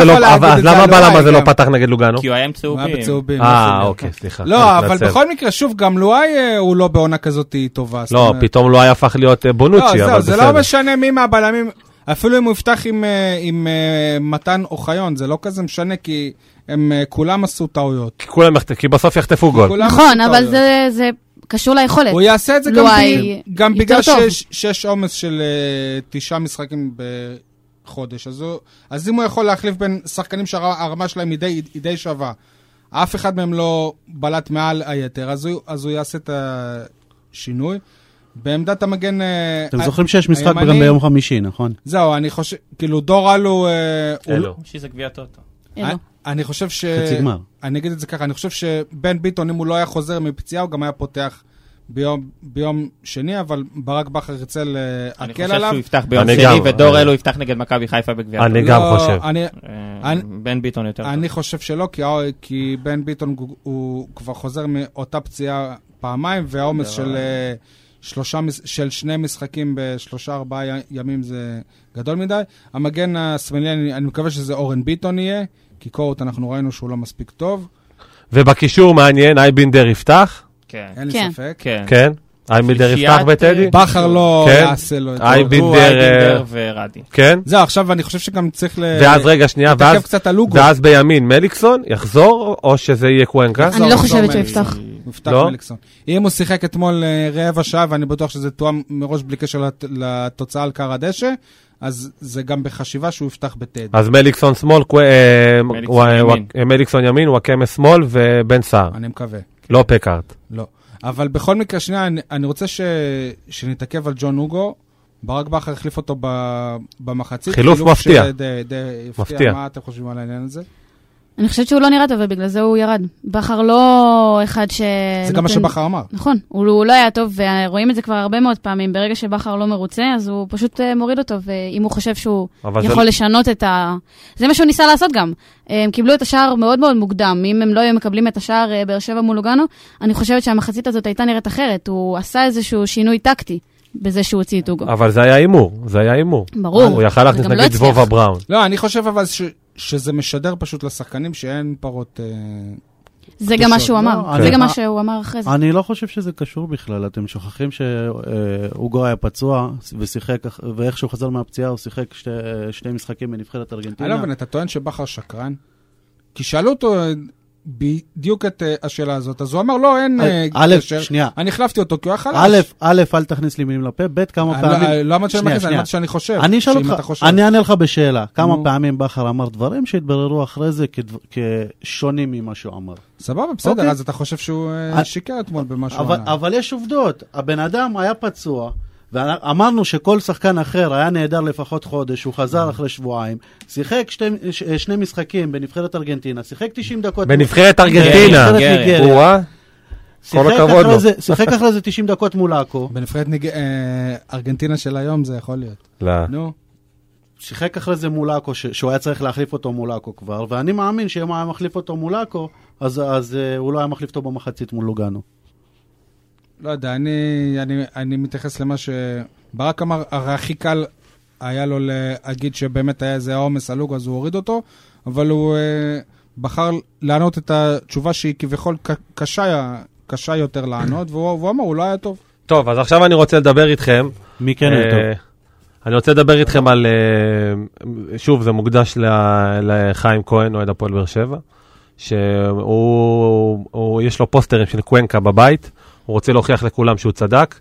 בלם הזה לא פתח נגד לוגאנו? כי הוא היה עם צהובים. אה, אוקיי, סליחה. לא, אבל בכל מקרה, שוב, גם לואי הוא לא בעונה כזאת טובה. לא, פתאום לואי הפך להיות בונוצ'י, אבל בסדר. זה לא משנה מי מהבלמים, אפילו אם הוא יפתח עם מתן אוחיון, זה לא כזה משנה, כי הם כולם עשו טעויות. כי בסוף יחטפו גול. נכון, אבל זה קשור ליכולת. הוא יעשה את זה גם בגלל שיש עומס של תשעה משחקים בחודש. אז אם הוא יכול להחליף בין שחקנים שהרמה שלהם היא די שווה, אף אחד מהם לא בלט מעל היתר, אז הוא יעשה את השינוי. בעמדת המגן... אתם זוכרים שיש משחק גם ביום חמישי, נכון? זהו, אני חושב, כאילו דור אלו... אלו. שזה גביע טוטו. אלו. אני חושב ש... חצי גמר. אני אגיד את זה ככה, אני חושב שבן ביטון, אם הוא לא היה חוזר מפציעה, הוא גם היה פותח ביום, ביום שני, אבל ברק בכר ירצה להקל עליו. אני חושב שהוא יפתח ביום שני, ודור אלו יפתח נגד מכבי חיפה בגביע טוטו. אני גם חושב. בן ביטון יותר טוב. אני חושב שלא, כי בן ביטון הוא כבר חוזר מאותה פציעה פעמיים, והעומס של... שלושה, של שני משחקים בשלושה ארבעה ימים זה גדול מדי. המגן השמאלי, אני, אני מקווה שזה אורן ביטון יהיה, כי קורות אנחנו ראינו שהוא לא מספיק טוב. ובקישור מעניין, אייבינדר יפתח? כן. אין לי כן. ספק. כן. כן. אייבינדר יפתח בטדי? בכר לא כן. יעשה לו את זה. אייבינדר ורדי. כן. זהו, עכשיו אני חושב שגם צריך ל... ואז רגע, שנייה, ואז, קצת הלוגו. ואז בימין מליקסון יחזור, או שזה יהיה קוונקה? אני לא חושבת שהוא יפתח. הוא יפתח לא? מליקסון. אם הוא שיחק אתמול רבע שעה, ואני בטוח שזה תואם מראש בלי קשר לתוצאה על קר הדשא, אז זה גם בחשיבה שהוא יפתח בטד. אז מליקסון שמאל, מליקסון ימין, וואקמה שמאל ובן סער. אני מקווה. לא פקארט. לא. אבל בכל מקרה, שנייה, אני, אני רוצה ש, שנתעכב על ג'ון אוגו. ברק בכר החליף אותו ב, במחצית. חילוף מפתיע. די, די, מפתיע. מה אתם חושבים על העניין הזה? אני חושבת שהוא לא נראה טוב, ובגלל זה הוא ירד. בכר לא אחד ש... זה גם מה שבכר אמר. נכון, הוא, הוא לא היה טוב, ורואים את זה כבר הרבה מאוד פעמים. ברגע שבכר לא מרוצה, אז הוא פשוט מוריד אותו, ואם הוא חושב שהוא יכול זה... לשנות את ה... זה מה שהוא ניסה לעשות גם. הם קיבלו את השער מאוד מאוד מוקדם. אם הם לא היו מקבלים את השער באר שבע מול לוגאנו, אני חושבת שהמחצית הזאת הייתה נראית אחרת. הוא עשה איזשהו שינוי טקטי בזה שהוא הוציא את אוגו. אבל זה היה אימור, זה היה אימור. ברור. הוא יכל להכניס נגיד זבובה בראון. לא, אני חושב אבל ש... שזה משדר פשוט לשחקנים שאין פרות... זה גם מה שהוא אמר, זה גם מה שהוא אמר אחרי זה. אני לא חושב שזה קשור בכלל, אתם שוכחים שאוגו היה פצוע ושיחק, ואיך שהוא חזר מהפציעה הוא שיחק שני משחקים בנבחרת ארגנטינה. אני לא מבין, אתה טוען שבכר שקרן? כי שאלו אותו בדיוק את השאלה הזאת, אז הוא אמר, לא, אין קשר. שנייה. אני החלפתי אותו, כי הוא היה חלש. א', א', אל תכניס לי מילים לפה, ב', כמה פעמים... לא אמרת שאני מכניס, אני אמרת שאני חושב. אני אשאל אותך, אני אענה לך בשאלה. כמה פעמים בכר אמר דברים שהתבררו אחרי זה כשונים ממה שהוא אמר. סבבה, בסדר, אז אתה חושב שהוא שיקר אתמול במה שהוא אמר. אבל יש עובדות. הבן אדם היה פצוע, ואמרנו שכל שחקן אחר היה נהדר לפחות חודש, הוא חזר אחרי שבועיים, שיחק שתי, ש, שני משחקים בנבחרת ארגנטינה, שיחק תשעים דקות... בנבחרת ארגנטינה. ניגריה. שיחק אחרי זה תשעים דקות מול אקו. בנבחרת ארגנטינה של היום זה יכול להיות. לא. נו. שיחק אחרי זה מול אקו, שהוא היה צריך להחליף אותו מול אקו כבר, ואני מאמין שאם היה מחליף אותו מול אקו, אז, אז הוא לא היה מחליף אותו במחצית מול לוגאנו. לא יודע, אני, אני, אני מתייחס למה שברק אמר, הרי הכי קל היה לו להגיד שבאמת היה איזה העומס על לוגו, אז הוא הוריד אותו, אבל הוא אה, בחר לענות את התשובה שהיא כביכול קשה, קשה יותר לענות, והוא, והוא אמר, הוא לא היה טוב. טוב, אז עכשיו אני רוצה לדבר איתכם. מי כן היה טוב? אני רוצה לדבר איתכם על, שוב, זה מוקדש לחיים כהן, אוהד הפועל באר שבע, שהוא, יש לו פוסטרים של קוונקה בבית, הוא רוצה להוכיח לכולם שהוא צדק.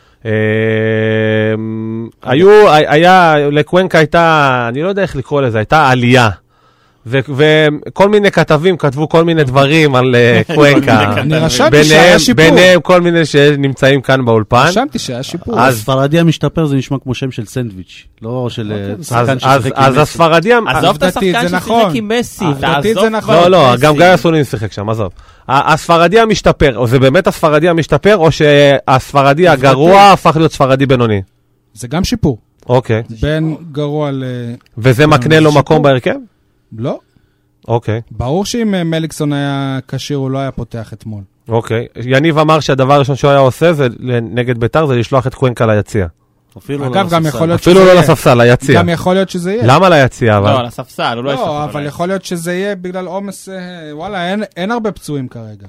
היו, היה, לקוונקה הייתה, אני לא יודע איך לקרוא לזה, הייתה עלייה. וכל מיני כתבים כתבו כל מיני דברים על קוונקה. אני רשמתי שהיה שיפור. ביניהם כל מיני שנמצאים כאן באולפן. רשמתי שהיה שיפור. הספרדי המשתפר זה נשמע כמו שם של סנדוויץ', לא של שחקן ששיחק עם מסי. אז הספרדי... עזוב את השחקן ששיחק עם מסי. לא, לא, גם גיא אסולין שיחק שם, עזוב. הספרדי המשתפר, או זה באמת הספרדי המשתפר, או שהספרדי הגרוע הפך להיות ספרדי בינוני? זה גם שיפור. אוקיי. בין גרוע ל... וזה מקנה לו מקום בהרכב? לא. אוקיי. ברור שאם מליקסון היה קשיר, הוא לא היה פותח אתמול. אוקיי. יניב אמר שהדבר הראשון שהוא היה עושה, זה נגד ביתר, זה לשלוח את קוונקה ליציע. אגב, גם יכול להיות אפילו לא לספסל, ליציע. גם יכול להיות שזה יהיה. למה ליציע? לא, לספסל, הוא לא יספסל. לא, אבל יכול להיות שזה יהיה בגלל עומס, וואלה, אין הרבה פצועים כרגע.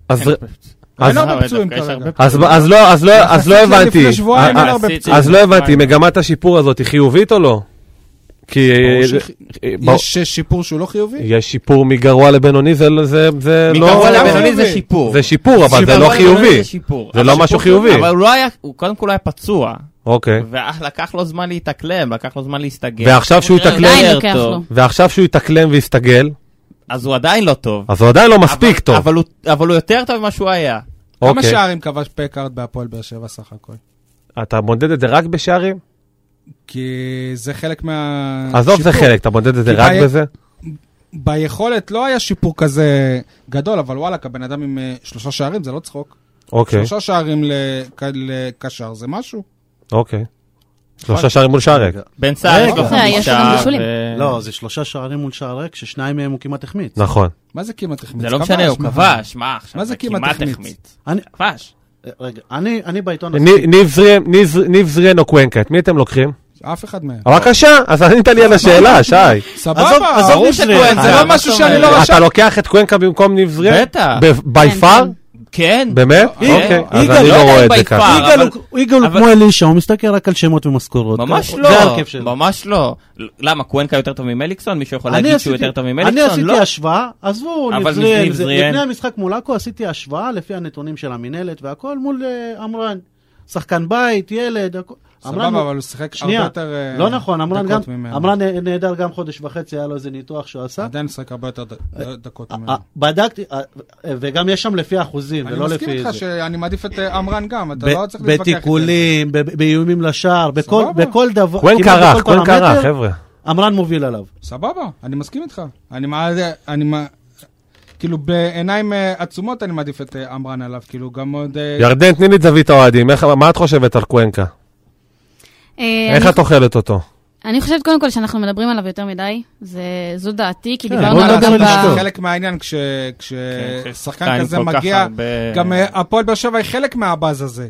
אין הרבה פצועים כרגע. אז לא הבנתי. אז לא הבנתי, מגמת השיפור הזאת היא חיובית או לא? כי יש שיפור שהוא לא חיובי? יש שיפור מגרוע לבינוני, זה לא... מגרוע לבינוני זה שיפור. זה שיפור, אבל זה לא חיובי. זה לא משהו חיובי. אבל הוא לא היה, הוא קודם כל היה פצוע. אוקיי. ולקח לו זמן להתאקלם, לקח לו זמן להסתגל. ועכשיו שהוא יתאקלם, ועכשיו שהוא יתאקלם ויסתגל, אז הוא עדיין לא טוב. אז הוא עדיין לא מספיק טוב. אבל הוא יותר טוב ממה שהוא היה. כמה שערים כבש פקארד בהפועל באר שבע סך הכל? אתה מודד את זה רק בשערים? כי זה חלק מה... עזוב, זה חלק, אתה מודד את זה רק בזה? ביכולת לא היה שיפור כזה גדול, אבל וואלה, כבן אדם עם שלושה שערים, זה לא צחוק. אוקיי. שלושה שערים לקשר, זה משהו. אוקיי. שלושה שערים מול שער ריק. בן סער יש לו חמישה. לא, זה שלושה שערים מול שער ריק, ששניים מהם הוא כמעט החמיץ. נכון. מה זה כמעט החמיץ? זה לא משנה, הוא כבש, מה עכשיו? מה זה כמעט החמיץ? כבש. רגע, אני בעיתון... ניב זריאן או קוונקה, את מי אתם לוקחים? אף אחד מהם. בבקשה, אז ענית לי על השאלה, שי. סבבה, עזוב ניב זריאן, זה לא משהו שאני לא רשם. אתה לוקח את קוונקה במקום ניב זריאן? בטח. בי פאר? כן. באמת? אוקיי, אז אני לא רואה את זה ככה. יגאל הוא כמו אלישה, הוא מסתכל רק על שמות ומשכורות. ממש לא, ממש לא. למה, קוונקה יותר טוב ממליקסון? מישהו יכול להגיד שהוא יותר טוב ממליקסון? אני עשיתי השוואה, עזבו, לפני המשחק מול אקו עשיתי השוואה לפי הנתונים של המנהלת והכל מול אמרן. שחקן בית, ילד, סבבה, אבל הוא שיחק הרבה יותר לא נכון, אמרן נהדר גם חודש וחצי, היה לו איזה ניתוח שהוא עשה. עדיין שיחק הרבה יותר דקות ממנו. בדקתי, וגם יש שם לפי אחוזים, ולא לפי זה. אני מסכים איתך שאני מעדיף את אמרן גם, אתה לא צריך להתווכח. בתיקולים, באיומים לשער, בכל דבר. קוונקה רך, קוונקה רך, חבר'ה. אמרן מוביל עליו. סבבה, אני מסכים איתך. אני כאילו בעיניים עצומות אני מעדיף את אמרן עליו, כאילו גם עוד... ירדן, תני לי את זווית האוהדים, מה את חושבת על קוונקה? איך את אוכלת אותו? אני חושבת קודם כל שאנחנו מדברים עליו יותר מדי, זו דעתי, כי דיברנו עליו... חלק מהעניין, כששחקן כזה מגיע, גם הפועל באר שבע היא חלק מהבאז הזה.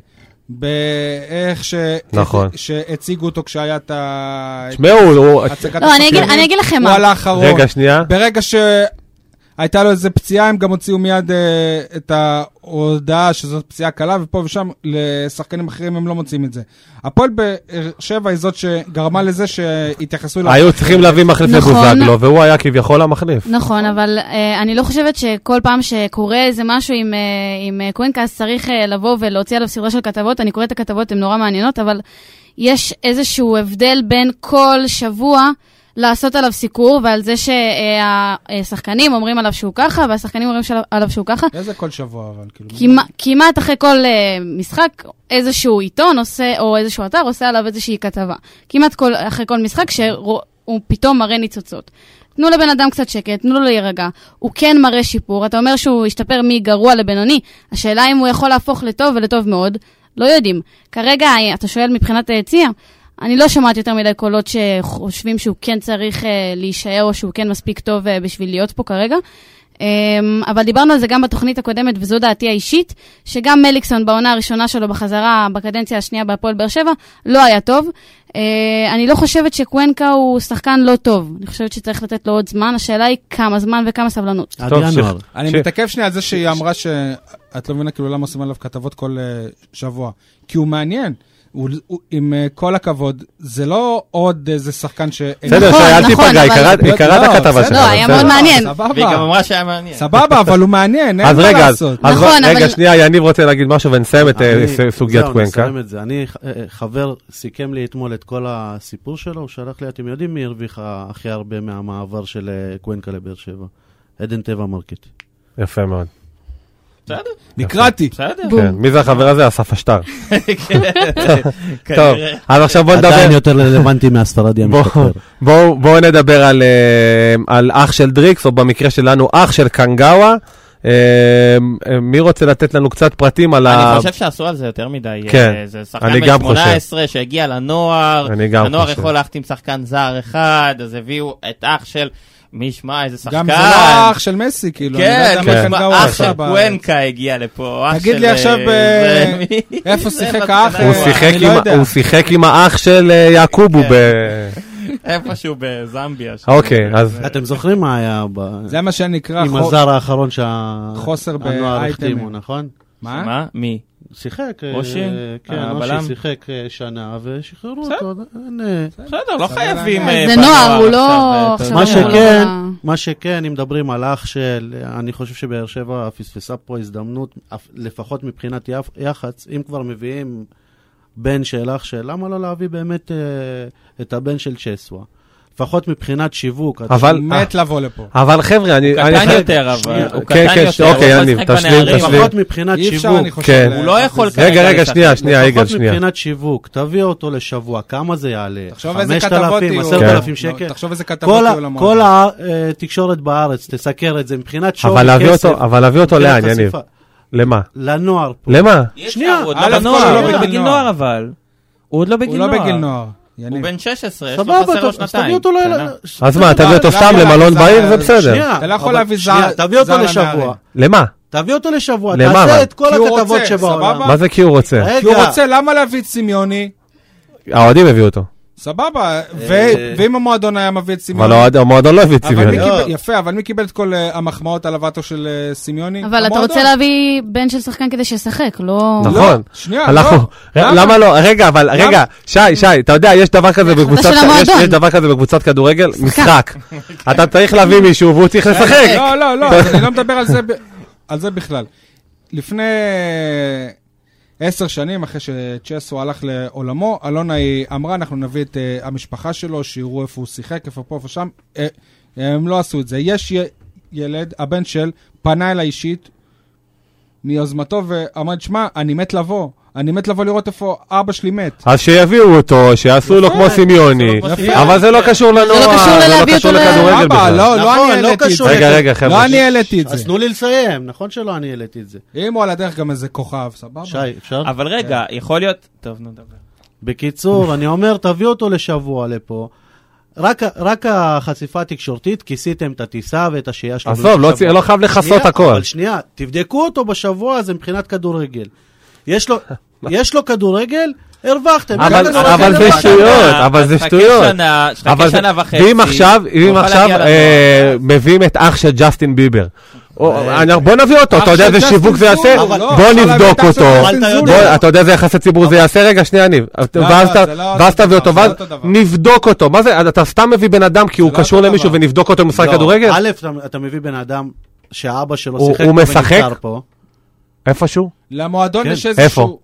באיך שהציגו אותו כשהיה את ה... שמעו, אני אגיד לכם מה. הוא על האחרון. רגע, שנייה. ברגע ש... הייתה לו איזה פציעה, הם גם הוציאו מיד אה, את ההודעה שזאת פציעה קלה, ופה ושם לשחקנים אחרים הם לא מוצאים את זה. הפועל באר שבע היא זאת שגרמה לזה שהתייחסו אליו. היו צריכים להביא מחליף לבוזגלו, והוא היה כביכול המחליף. נכון, אבל אה, אני לא חושבת שכל פעם שקורה איזה משהו עם, אה, עם קוונקה, אז צריך אה, לבוא ולהוציא עליו סדרה של כתבות. אני קוראת את הכתבות, הן נורא מעניינות, אבל יש איזשהו הבדל בין כל שבוע לעשות עליו סיקור, ועל זה שהשחקנים אומרים עליו שהוא ככה, והשחקנים אומרים עליו שהוא ככה. איזה כל שבוע, אבל כאילו... כמעט אחרי כל משחק, איזשהו עיתון עושה, או איזשהו אתר עושה עליו איזושהי כתבה. כמעט אחרי כל משחק שהוא פתאום מראה ניצוצות. תנו לבן אדם קצת שקט, תנו לו להירגע. הוא כן מראה שיפור. אתה אומר שהוא ישתפר מגרוע לבינוני. השאלה אם הוא יכול להפוך לטוב ולטוב מאוד. לא יודעים. כרגע, אתה שואל מבחינת היציאה, אני לא שמעתי יותר מדי קולות שחושבים שהוא כן צריך uh, להישאר, או שהוא כן מספיק טוב uh, בשביל להיות פה כרגע. Um, אבל דיברנו על זה גם בתוכנית הקודמת, וזו דעתי האישית, שגם מליקסון בעונה הראשונה שלו בחזרה, בקדנציה השנייה בהפועל באר שבע, לא היה טוב. Uh, אני לא חושבת שקוונקה הוא שחקן לא טוב. אני חושבת שצריך לתת לו עוד זמן. השאלה היא כמה זמן וכמה סבלנות. אני מתעכב שנייה על זה שהיא אמרה שאת לא מבינה כאילו למה עושים עליו כתבות כל uh, שבוע. כי הוא מעניין. עם כל הכבוד, זה לא עוד איזה שחקן ש... בסדר, שאל תיפגע, היא קראת הכתבה שלך. לא, היה מאוד מעניין. והיא גם אמרה שהיה מעניין. סבבה, אבל הוא מעניין, אין מה לעשות. אז רגע, שנייה, יניב רוצה להגיד משהו ונסיים את סוגיית קוונקה. אני, חבר סיכם לי אתמול את כל הסיפור שלו, הוא שלח לי, אתם יודעים מי הרוויח הכי הרבה מהמעבר של קוונקה לבאר שבע? עדן טבע מרקט. יפה מאוד. בסדר. נקראתי. בסדר. מי זה החבר הזה? אסף אשטר. טוב, אז עכשיו בואו נדבר... עדיין יותר רלוונטי מהספרדי המשתפר. בואו נדבר על אח של דריקס, או במקרה שלנו אח של קנגאווה. מי רוצה לתת לנו קצת פרטים על ה... אני חושב שעשו על זה יותר מדי. כן, זה שחקן בן שמונה עשרה שהגיע לנוער. הנוער יכול להחתים שחקן זר אחד, אז הביאו את אח של... מי ישמע, איזה שחקן. גם זה לא אח של מסי, כאילו. כן, אח של קוונקה הגיע לפה. תגיד לי עכשיו איפה שיחק האח? הוא שיחק עם האח של יעקובו ב... איפשהו בזמביה. אוקיי, אז... אתם זוכרים מה היה זה מה שנקרא... עם הזר האחרון שהנוער החתימו, נכון? מה? מי? שיחק, אושי? כן, אושי שיחק שנה ושחררו אותו. בסדר, לא חייבים... זה נוער, הוא לא... מה שכן, מה שכן, אם מדברים על אח של, אני חושב שבאר שבע פספסה פה הזדמנות, לפחות מבחינת יח"צ, אם כבר מביאים בן של אח של, למה לא להביא באמת את הבן של צ'סווה? לפחות מבחינת שיווק. אבל מת לבוא לפה. אבל חבר'ה, אני... הוא קטן יותר, אבל... הוא קטן יותר. אוקיי, אני, תשלים, תשלים. לפחות מבחינת שיווק. הוא לא יכול... רגע, רגע, שנייה, שנייה, יגאל, שנייה. לפחות מבחינת שיווק, תביא אותו לשבוע, כמה זה יעלה? תחשוב איזה כתבות יהיו. עשרת אלפים שקל? תחשוב איזה כתבות יהיו למועד. כל התקשורת בארץ תסקר את זה מבחינת שוב כסף. אבל להביא אותו לאן, יניב? למה? לנוער. למה? שנייה, הוא עוד לא בגיל נוער, אבל. הוא עוד לא בגיל נוער. הוא בן שש עשרה, יש לו חסר לו שנתיים. אז מה, תביא אותו סתם למלון בעיר, זה בסדר. אתה לא יכול להביא זר. תביא אותו לשבוע. למה? תביא אותו לשבוע, למה? תעשה את כל הכתבות שבעולם. מה זה כי הוא רוצה? כי הוא רוצה, למה להביא את סימיוני? האוהדים הביאו אותו. סבבה, ואם המועדון היה מביא את סימיוני? אבל המועדון לא הביא את סימיוני. יפה, אבל מי קיבל את כל המחמאות על הבאתו של סימיוני? אבל אתה רוצה להביא בן של שחקן כדי שישחק, לא... נכון. שנייה, לא. למה לא? רגע, אבל רגע, שי, שי, אתה יודע, יש דבר כזה בקבוצת... יש דבר כזה בקבוצת כדורגל, משחק. אתה צריך להביא מישהו והוא צריך לשחק. לא, לא, לא, אני לא מדבר על זה בכלל. לפני... עשר שנים אחרי שצ'סו הלך לעולמו, אלונה היא אמרה, אנחנו נביא את uh, המשפחה שלו, שיראו איפה הוא שיחק, איפה פה, איפה שם. Uh, הם לא עשו את זה. יש י- ילד, הבן של, פנה אליי אישית, מיוזמתו, ואמר, שמה, אני מת לבוא. אני מת לבוא לראות איפה אבא שלי מת. אז שיביאו אותו, שיעשו לו כמו סימיוני, אבל זה לא קשור לנוער, זה לא קשור לכדורגל בכלל. לא אני העליתי את זה. רגע, רגע, חבר'ה. לא אני העליתי את זה. אז תנו לי לסיים, נכון שלא אני העליתי את זה. אם הוא על הדרך גם איזה כוכב, סבבה. שי, אפשר? אבל רגע, יכול להיות... טוב, נדבר. בקיצור, אני אומר, תביא אותו לשבוע לפה. רק החשיפה התקשורתית, כיסיתם את הטיסה ואת השהייה שלו. עזוב, לא חייב לחסות הכל. אבל שנייה, תבדקו אותו בשבוע הזה מבחינת כדורגל. יש לו, יש לו כדורגל, הרווחתם. אבל זה שטויות, אבל זה שטויות. שחקי שנה וחצי. ואם עכשיו, ואם עכשיו מביאים את אח של ג'סטין ביבר. בוא נביא אותו, אתה יודע איזה שיווק זה יעשה? בוא נבדוק אותו. אתה יודע איזה יחסי ציבור זה יעשה? רגע, שנייה ניב. ואז תביא אותו, ואז נבדוק אותו. מה זה? אתה סתם מביא בן אדם כי הוא קשור למישהו ונבדוק אותו במשחק כדורגל? א', אתה מביא בן אדם שהאבא שלו שיחק. הוא משחק? איפשהו? למועדון יש איזשהו... איפה?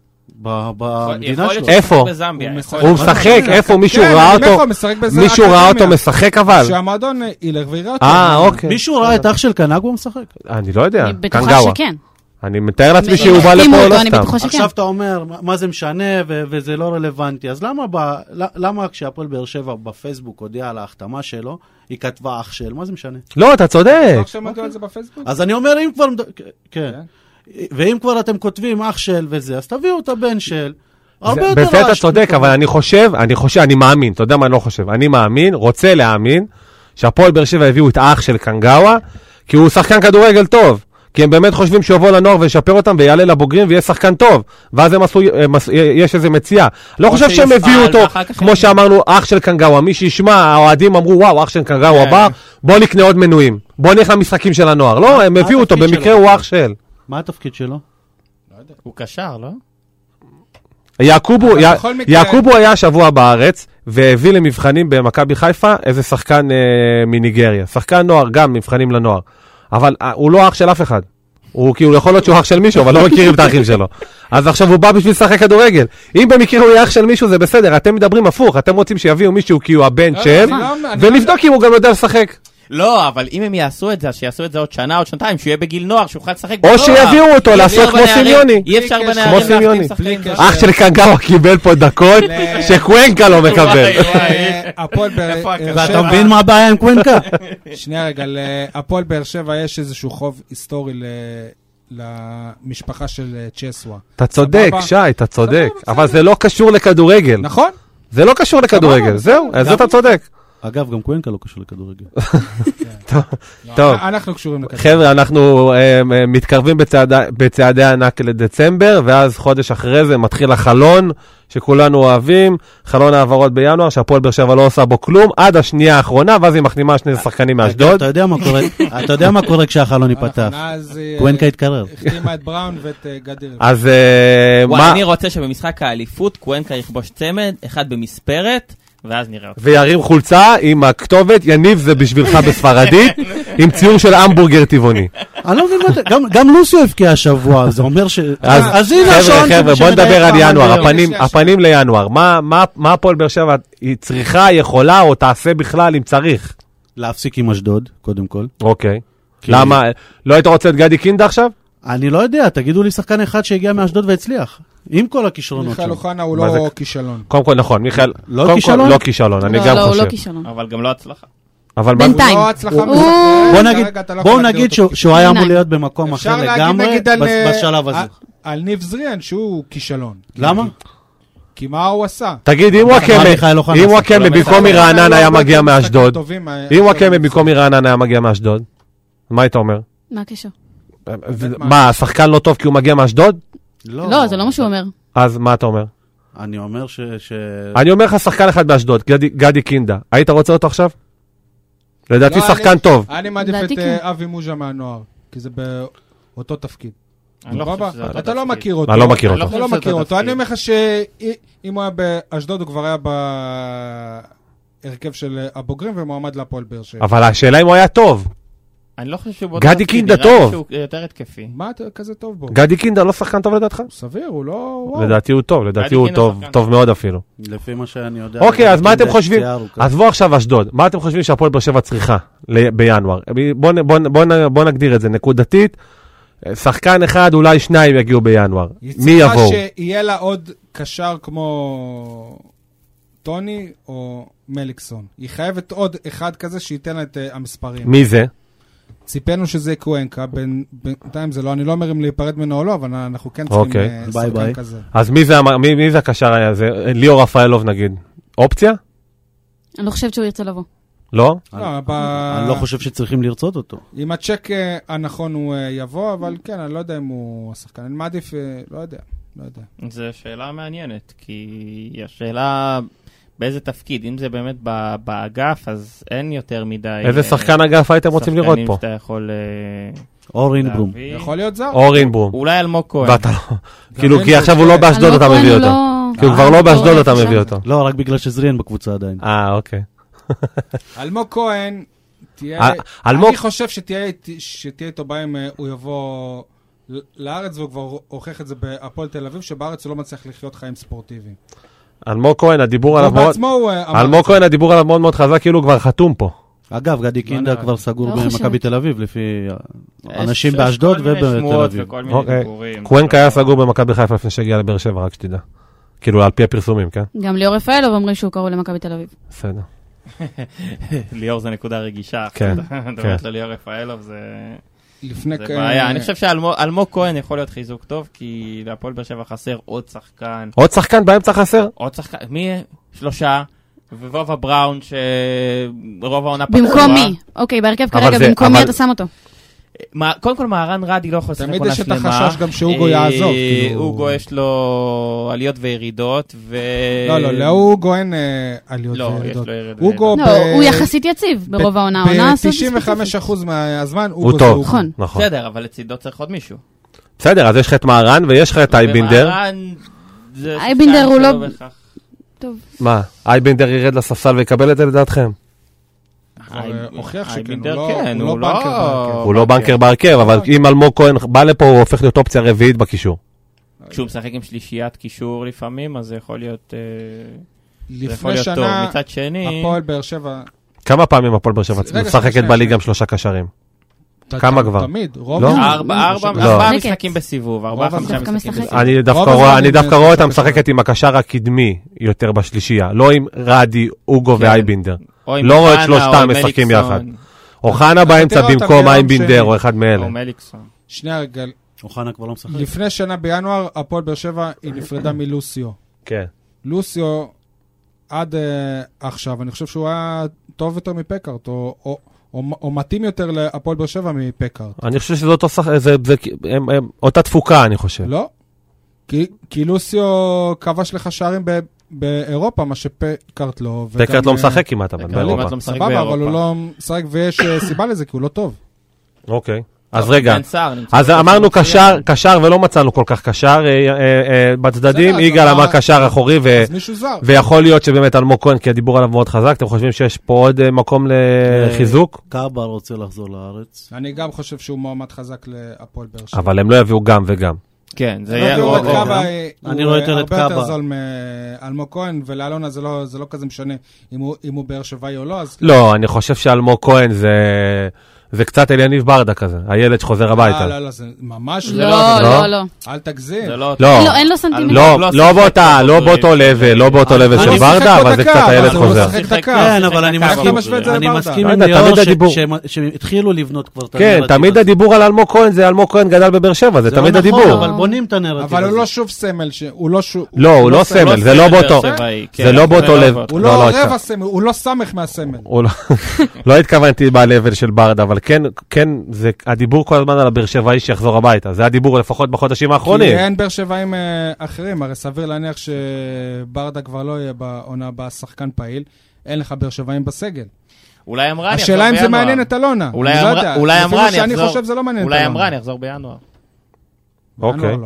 במדינה שלו. איפה? הוא משחק, איפה? מישהו ראה אותו? מישהו ראה אותו משחק אבל? שהמועדון ילך ויראה אותו. אה, אוקיי. מישהו ראה את אח של קנגו משחק? אני לא יודע. אני בטוחה שכן. אני מתאר לעצמי שהוא בא לפה לא סתם. עכשיו אתה אומר, מה זה משנה וזה לא רלוונטי. אז למה כשהפועל באר שבע בפייסבוק הודיע על ההחתמה שלו, היא כתבה אח של, מה זה משנה? לא, אתה צודק. אז אני אומר, אם כבר... כן. ואם כבר אתם כותבים אח של וזה, אז תביאו את הבן של. בסדר, אתה צודק, אבל אני חושב, אני חושב, אני מאמין, אתה יודע מה אני לא חושב, אני מאמין, רוצה להאמין, שהפועל באר שבע הביאו את האח של קנגאווה, כי הוא שחקן כדורגל טוב, כי הם באמת חושבים שיבוא לנוער וישפר אותם ויעלה לבוגרים ויהיה שחקן טוב, ואז הם עשו, יש איזה מציאה. לא חושב שהם הביאו אותו, כמו שאמרנו, אח של קנגאווה, מי שישמע, האוהדים אמרו, וואו, אח של קנגאווה בא, בוא נקנה עוד מנויים, בוא נלך למשחקים של הנוער. לא, הם הביאו אותו, במקרה הוא אח של. מה התפקיד שלו? הוא קשר, לא? יעקובו, יעקובו היה שבוע בארץ, והביא למבחנים במכבי חיפה איזה שחקן מניגריה. שחקן נוער, גם מבחנים לנוער. אבל הוא לא אח של אף אחד. הוא כאילו יכול להיות שהוא אח של מישהו, אבל לא מכירים את האחים שלו. אז עכשיו הוא בא בשביל לשחק כדורגל. אם במקרה הוא יהיה אח של מישהו, זה בסדר. אתם מדברים הפוך. אתם רוצים שיביאו מישהו כי הוא הבן של, ונבדוק אם הוא גם יודע לשחק. לא, אבל אם הם יעשו את זה, אז שיעשו את זה עוד שנה, עוד שנתיים, שהוא יהיה בגיל נוער, שהוא יוכל לשחק בנוער. או שיביאו אותו לעשות כמו סימיוני. אי אפשר בנערים להכניס שחקנים. אח של קנגאווה קיבל פה דקות שקוונקה לא מקבל. ואתה מבין מה הבעיה עם קוונקה? שנייה רגע, להפועל באר שבע יש איזשהו חוב היסטורי למשפחה של צ'סווה. אתה צודק, שי, אתה צודק. אבל זה לא קשור לכדורגל. נכון. זה לא קשור לכדורגל, זהו, אז אתה צודק. אגב, גם קוונקה לא קשור לכדורגל. טוב. אנחנו קשורים לכדורגל. חבר'ה, אנחנו מתקרבים בצעדי ענק לדצמבר, ואז חודש אחרי זה מתחיל החלון, שכולנו אוהבים, חלון העברות בינואר, שהפועל באר שבע לא עושה בו כלום, עד השנייה האחרונה, ואז היא מחתימה שני שחקנים מאשדוד. אתה יודע מה קורה כשהחלון ייפתח. קוונקה יתקרר. החתימה את בראון ואת גדי רביעי. אז מה... אני רוצה שבמשחק האליפות, קוונקה יכבוש צמד, אחד במספרת, ואז נראה אותך. וירים חולצה עם הכתובת, יניב זה בשבילך בספרדית, עם ציור של המבורגר טבעוני. אני לא מבין, גם לוסיו הבקיע השבוע, זה אומר ש... אז הנה השעון. חבר'ה, בוא נדבר על ינואר, הפנים לינואר. מה הפועל באר שבע היא צריכה, יכולה, או תעשה בכלל אם צריך? להפסיק עם אשדוד, קודם כל. אוקיי. למה? לא היית רוצה את גדי קינדה עכשיו? אני לא יודע, תגידו לי שחקן אחד שהגיע מאשדוד והצליח. עם כל הכישרונות מיכאל אוחנה הוא לא כישלון. קודם כל נכון, מיכאל... לא כישלון? לא כישלון, אני גם חושב. לא, לא כישלון. אבל גם לא הצלחה. בינתיים. בואו נגיד שהוא היה אמור להיות במקום אחר לגמרי בשלב הזה. על ניב זריאן שהוא כישלון. למה? כי מה הוא עשה? תגיד, אם הוא הקמא במקום מרענן היה מגיע מאשדוד, אם הוא הקמא במקום מרענן היה מגיע מאשדוד, מה היית אומר? מה הקשר? מה, השחקן לא טוב כי הוא מגיע מאשדוד? לא, זה לא מה שהוא אומר. אז מה אתה אומר? אני אומר ש... אני אומר לך שחקן אחד באשדוד, גדי קינדה. היית רוצה אותו עכשיו? לדעתי שחקן טוב. אני מעדיף את אבי מוז'ה מהנוער, כי זה באותו תפקיד. אתה לא מכיר אותו. אני לא מכיר אותו. אתה לא מכיר אותו. אני אומר לך שאם הוא היה באשדוד, הוא כבר היה בהרכב של הבוגרים ומועמד להפועל באר שבע. אבל השאלה אם הוא היה טוב. אני לא חושב שהוא... גדי קינדה טוב. שהוא יותר התקפי. מה כזה טוב בו? גדי קינדה לא שחקן טוב לדעתך? סביר, הוא לא... לדעתי הוא טוב, לדעתי הוא טוב, טוב מאוד אפילו. לפי מה שאני יודע... אוקיי, אז מה אתם חושבים? עזבו עכשיו אשדוד. מה אתם חושבים שהפועל באר שבע צריכה בינואר? בוא נגדיר את זה נקודתית. שחקן אחד, אולי שניים יגיעו בינואר. מי יבואו? היא צריכה שיהיה לה עוד קשר כמו טוני או מליקסון. היא חייבת עוד אחד כזה שייתן לה את המספרים. מי זה? ציפינו שזה קוונקה, בינתיים זה לא, אני לא אומר אם להיפרד ממנו או לא, אבל אנחנו כן צריכים שחקן כזה. אז מי זה הקשר היה? ליאור רפאלוב נגיד. אופציה? אני לא חושבת שהוא ירצה לבוא. לא? אני לא חושב שצריכים לרצות אותו. עם הצ'ק הנכון הוא יבוא, אבל כן, אני לא יודע אם הוא השחקן. אני מעדיף, לא יודע, לא יודע. זו שאלה מעניינת, כי השאלה... באיזה תפקיד? אם זה באמת באגף, אז אין יותר מדי... איזה שחקן אגף הייתם רוצים לראות פה? שחקנים שאתה יכול... אור אינברום. יכול להיות זר? אור אינברום. אולי אלמוג כהן. כאילו, כי עכשיו הוא לא באשדוד אתה מביא אותו. כי הוא כבר לא באשדוד אתה מביא אותו. לא, רק בגלל שזריאן בקבוצה עדיין. אה, אוקיי. אלמוג כהן, אני חושב שתהיה איתו בה אם הוא יבוא לארץ, והוא כבר הוכיח את זה בהפועל תל אביב, שבארץ הוא לא מצליח לחיות חיים ספורטיביים. אלמוג כהן, הדיבור עליו מאוד... אלמוג כהן, הדיבור עליו מאוד מאוד חזק, כאילו הוא כבר חתום פה. אגב, גדי קינדה כבר סגור במכבי תל אביב, לפי אנשים באשדוד ובתל אביב. קוונקה היה סגור במכבי חיפה לפני שהגיע לבאר שבע, רק שתדע. כאילו, על פי הפרסומים, כן? גם ליאור רפאלוב אומרים שהוא קרוב למכבי תל אביב. בסדר. ליאור זה נקודה רגישה. כן. דומת לליאור רפאלוב זה... לפני זה בעיה. אני חושב שאלמוג כהן יכול להיות חיזוק טוב, כי להפועל באר שבע חסר עוד שחקן. עוד שחקן באמצע חסר? עוד שחקן. מי? שלושה. וובה בראון, שרוב העונה פתוח. במקום מי? אוקיי, בהרכב כרגע, במקום מי אתה שם אותו? קודם כל, מהרן רדי לא יכול לשחק עונה שלמה. תמיד יש את החשש גם שאוגו יעזוב. אוגו יש לו עליות וירידות. לא, לא, לאוגו אין עליות וירידות. הוא יחסית יציב ברוב העונה. ב-תשעים וחמישה אחוז מהזמן הוא טוב. נכון. בסדר, אבל לצידו צריך עוד מישהו. בסדר, אז יש לך את מהרן ויש לך את אייבינדר. אייבינדר הוא לא... טוב. מה? אייבינדר ירד לספסל ויקבל את זה לדעתכם? הוכיח שכן, הוא לא בנקר בהרכב, אבל אם אלמוג כהן בא לפה, הוא הופך להיות אופציה רביעית בקישור. כשהוא משחק עם שלישיית קישור לפעמים, אז זה יכול להיות לפני שנה, הפועל באר שבע... כמה פעמים הפועל באר שבע משחקת בליגה עם שלושה קשרים? כמה כבר? תמיד, רוב... ארבעה משחקים בסיבוב, ארבעה חמישה משחקים בסיבוב. אני דווקא רואה אותה משחקת עם הקשר הקדמי יותר בשלישייה, לא עם רדי, אוגו ואייבינדר. לא רואה את שלושתם משחקים יחד. אוחנה באמצע במקום אייבינדר או אחד מאלה. או מליקסון. שני הרגל. אוחנה כבר לא משחק. לפני שנה בינואר, הפועל באר שבע היא נפרדה מלוסיו. כן. לוסיו עד עכשיו, אני חושב שהוא היה טוב יותר מפקארט, או... או, או מתאים יותר להפועל באר שבע מפקארט. אני חושב שזה אותו שח... זה, זה, הם, הם, אותה תפוקה, אני חושב. לא. כי, כי לוסיו כבש לך שערים ב, באירופה, מה שפקארט לא. פקארט לא משחק כמעט, אבל באירופה. סבבה, אבל הוא לא משחק, ויש סיבה לזה, כי הוא לא טוב. אוקיי. אז רגע, אז אמרנו קשר, קשר ולא מצאנו כל כך קשר, בצדדים, יגאל אמר קשר אחורי, ויכול להיות שבאמת אלמוג כהן, כי הדיבור עליו מאוד חזק, אתם חושבים שיש פה עוד מקום לחיזוק? קאבה רוצה לחזור לארץ. אני גם חושב שהוא מועמד חזק להפועל באר שבע. אבל הם לא יביאו גם וגם. כן, זה יהיה... הוא הרבה יותר זול מאלמוג כהן, ולאלונה זה לא כזה משנה אם הוא באר שבעי או לא. לא, אני חושב שאלמוג כהן זה... זה קצת אליניב ברדה כזה, הילד שחוזר הביתה. לא, לא, זה ממש לא. לא, לא, לא. אל תגזים. לא, אין לו סנטימטר. לא באותה, לא באותו לבל, לא באותו לבל של ברדה, אבל זה קצת הילד חוזר. כן, אבל אני מסכים עם ליאור שהתחילו לבנות כבר את הנרטיב. כן, תמיד הדיבור על אלמוג כהן, זה אלמוג כהן גדל בבאר שבע, זה תמיד הדיבור. אבל בונים את הנרטיב. אבל הוא לא שוב סמל, לא, הוא לא סמל, זה לא באותו, זה לא באותו לבל. הוא לא רבע סמל, הוא לא סמך מהסמל. לא התכוונתי בלבל של ברדה, אבל כן, כן, זה הדיבור כל הזמן על הבאר שבעי שיחזור הביתה. זה הדיבור לפחות בחודשים האחרונים. כי אין באר שבעים אחרים, הרי סביר להניח שברדה כבר לא יהיה בעונה הבאה שחקן פעיל, אין לך באר שבעים בסגל. אולי אמרן יחזור בינואר. השאלה אם זה מעניין את אלונה. אולי אמרן יחזור בינואר. אוקיי.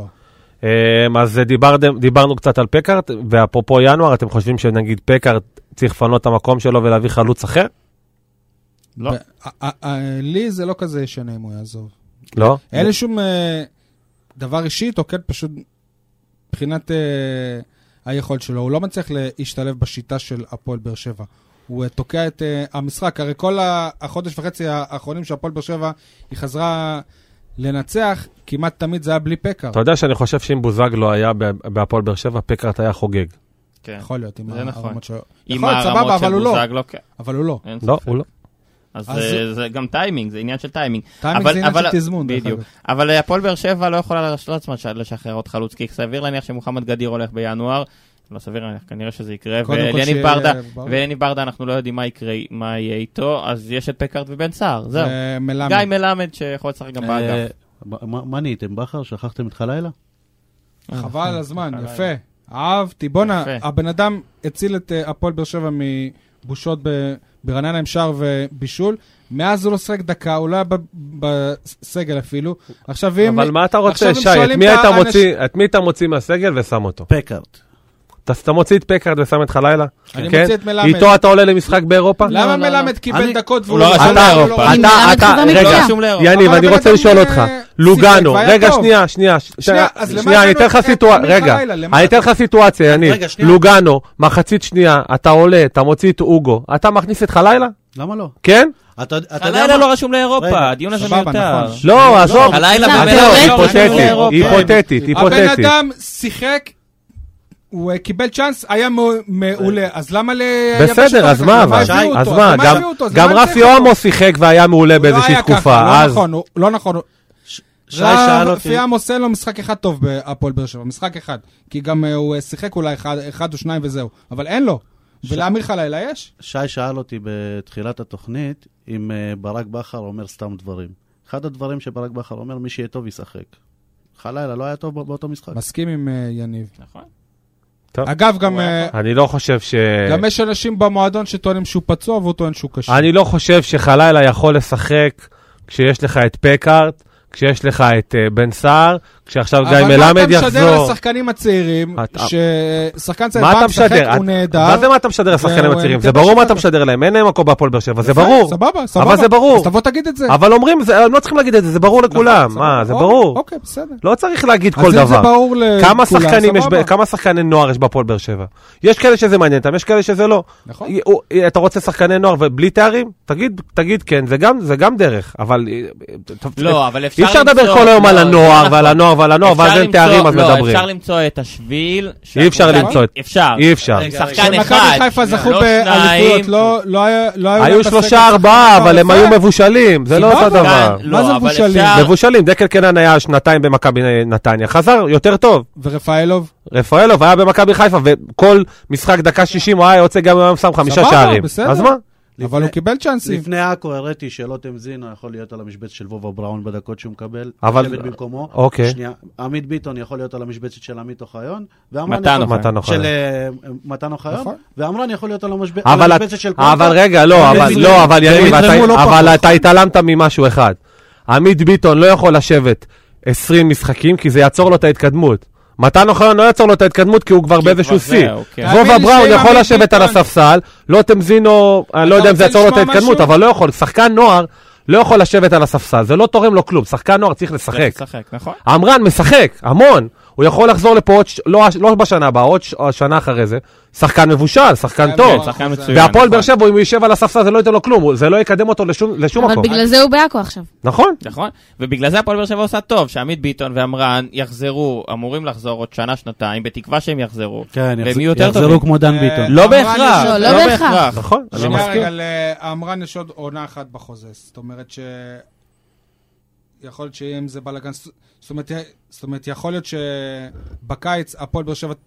אז דיברנו קצת על פקארט, ואפרופו ינואר, אתם חושבים שנגיד פקארט צריך לפנות את המקום שלו ולהביא חלוץ אחר? לא. לי זה לא כזה ישנה אם הוא יעזוב. לא? אין לי שום דבר אישי, תוקד פשוט מבחינת היכולת שלו. הוא לא מצליח להשתלב בשיטה של הפועל באר שבע. הוא תוקע את המשחק. הרי כל החודש וחצי האחרונים של הפועל באר שבע היא חזרה לנצח, כמעט תמיד זה היה בלי פקארט. אתה יודע שאני חושב שאם בוזגלו היה בהפועל באר שבע, פקארט היה חוגג. יכול להיות. זה נכון. עם הרמות של בוזגלו, כן. אבל הוא לא. לא, הוא לא. אז זה גם טיימינג, זה עניין של טיימינג. טיימינג זה עניין של תזמון. בדיוק. אבל הפועל באר שבע לא יכולה להרשות לעצמה לשחרר עוד חלוץ, כי סביר להניח שמוחמד גדיר הולך בינואר, לא סביר להניח, כנראה שזה יקרה, ואליניב ברדה אנחנו לא יודעים מה יהיה איתו, אז יש את פקארט ובן סער, זהו. גיא מלמד שיכול לשחק גם באגף. מה נהייתם, בכר? שכחתם את חלילה? חבל על הזמן, יפה. אהבתי, בונה, הבן אדם הציל את הפועל באר שבע מבושות ברעננה עם שער ובישול, מאז הוא לא שחק דקה, הוא לא היה בסגל אפילו. אבל מה אתה רוצה, שי? את מי אתה מוציא מהסגל ושם אותו? פקארט. אתה מוציא את פקארט ושם את חלילה? אני מוציא את מלמד. איתו אתה עולה למשחק באירופה? למה מלמד קיבל דקות והוא לא רשום לאירופה? רגע, יניב, אני רוצה לשאול אותך. לוגאנו, רגע, שנייה, שנייה, שנייה, אני אתן לך סיטואציה, רגע, אני אתן לך סיטואציה, יניב. לוגאנו, מחצית שנייה, אתה עולה, אתה מוציא את אוגו, אתה מכניס את חלילה? למה לא? כן? חלילה לא רשום לאירופה, הדיון הזה מיותר. לא, עזוב, היפותטית, היפותטית, היפותטית. הבן אדם שיחק, הוא קיבל צ'אנס, היה מעולה, אז למה ל... בסדר, אז מה, אז מה, גם רפי עמוס שיחק והיה מעולה באיזושהי תקופה, אז... לא נכון, רפי עמוס אין לו משחק אחד טוב בהפועל באר שבע, משחק אחד, כי גם הוא שיחק אולי אחד או שניים וזהו, אבל אין לו. ולאמיר חלילה יש? שי שאל אותי בתחילת התוכנית, אם ברק בכר אומר סתם דברים. אחד הדברים שברק בכר אומר, מי שיהיה טוב ישחק. חלילה לא היה טוב באותו משחק. מסכים עם יניב. נכון. אגב, גם... אני לא חושב ש... גם יש אנשים במועדון שטוענים שהוא פצוע, והוא טוען שהוא קשה. אני לא חושב שחלילה יכול לשחק כשיש לך את פקארט, כשיש לך את בן סער, כשעכשיו גיא מלמד יחזור. אבל מה אתה משדר לשחקנים הצעירים, ששחקן צעיר פעם שחק הוא נהדר. מה זה מה אתה משדר לשחקנים הצעירים? זה ברור מה אתה משדר להם, אין להם מקום בהפועל באר שבע, זה ברור. סבבה, סבבה. אבל זה ברור. אז תבוא תגיד את זה. אבל אומרים, הם לא צריכים להגיד את זה, זה ברור לכולם. מה, זה ברור. אוקיי, בסדר. לא צריך להגיד כל דבר. אז זה ברור לכולם, כמה שחקני נוער יש בהפועל באר שבע? יש כאלה שזה מעניין אותם, יש כאלה שזה לא. נכון. אתה רוצה שחקני נוער ובלי תארים? תגיד, תגיד כן, זה גם דרך, אבל לא, אבל אי אפשר לדבר כל היום על הנוער ועל הנוער טוב על הנוער, ואז אין תארים אז מדברים. לא, אפשר למצוא את השביל. אי אפשר למצוא את... אפשר. אי אפשר. שחקן אחד. שמכבי חיפה זכו באליפויות, לא היו... היו שלושה ארבעה, אבל הם היו מבושלים, זה לא אותו דבר. מה זה מבושלים? מבושלים, דקל קנן היה שנתיים במכבי נתניה, חזר יותר טוב. ורפאלוב? רפאלוב היה במכבי חיפה, וכל משחק דקה שישים הוא היה יוצא גם היום שם חמישה שערים. אז מה? אבל הוא קיבל צ'אנסים. לפני אקו הראיתי שלוטם זינו יכול להיות על המשבצת של וובה בראון בדקות שהוא מקבל. אבל... במקומו. אוקיי. שנייה, עמית ביטון יכול להיות על המשבצת של עמית אוחיון. מתן אוחיון. של מתן אוחיון. ואמרן יכול להיות על המשבצת של קונטה. אבל רגע, לא, אבל יניב, אבל אתה התעלמת ממשהו אחד. עמית ביטון לא יכול לשבת עשרים משחקים, כי זה יעצור לו את ההתקדמות. מתן אוחיון לא יעצור לו את ההתקדמות, כי הוא כבר באיזשהו שיא. וובה בראון יכול לשבת על הספסל, לוטם זינו, אני לא יודע אם זה יעצור לו את ההתקדמות, אבל לא יכול. שחקן נוער לא יכול לשבת על הספסל, זה לא תורם לו כלום. שחקן נוער צריך לשחק. אמרן משחק, המון. הוא יכול לחזור לפה עוד, לא בשנה הבאה, עוד שנה אחרי זה. שחקן מבושל, שחקן טוב. והפועל באר שבע, אם הוא יישב על הספסל, זה לא ייתן לו כלום, זה לא יקדם אותו לשום מקום. אבל בגלל זה הוא בעכו עכשיו. נכון. נכון, ובגלל זה הפועל באר שבע עושה טוב, שעמית ביטון ואמרן יחזרו, אמורים לחזור עוד שנה, שנתיים, בתקווה שהם יחזרו. כן, יחזרו כמו דן ביטון. לא בהכרח. לא בהכרח. נכון, אני מסכים. אמרן יש עוד עונה אחת בחוזה, זאת אומרת ש... יכול להיות שיהיה עם זה בלגן, זאת אומרת, זאת אומרת, יכול להיות שבקיץ הפועל באר שבע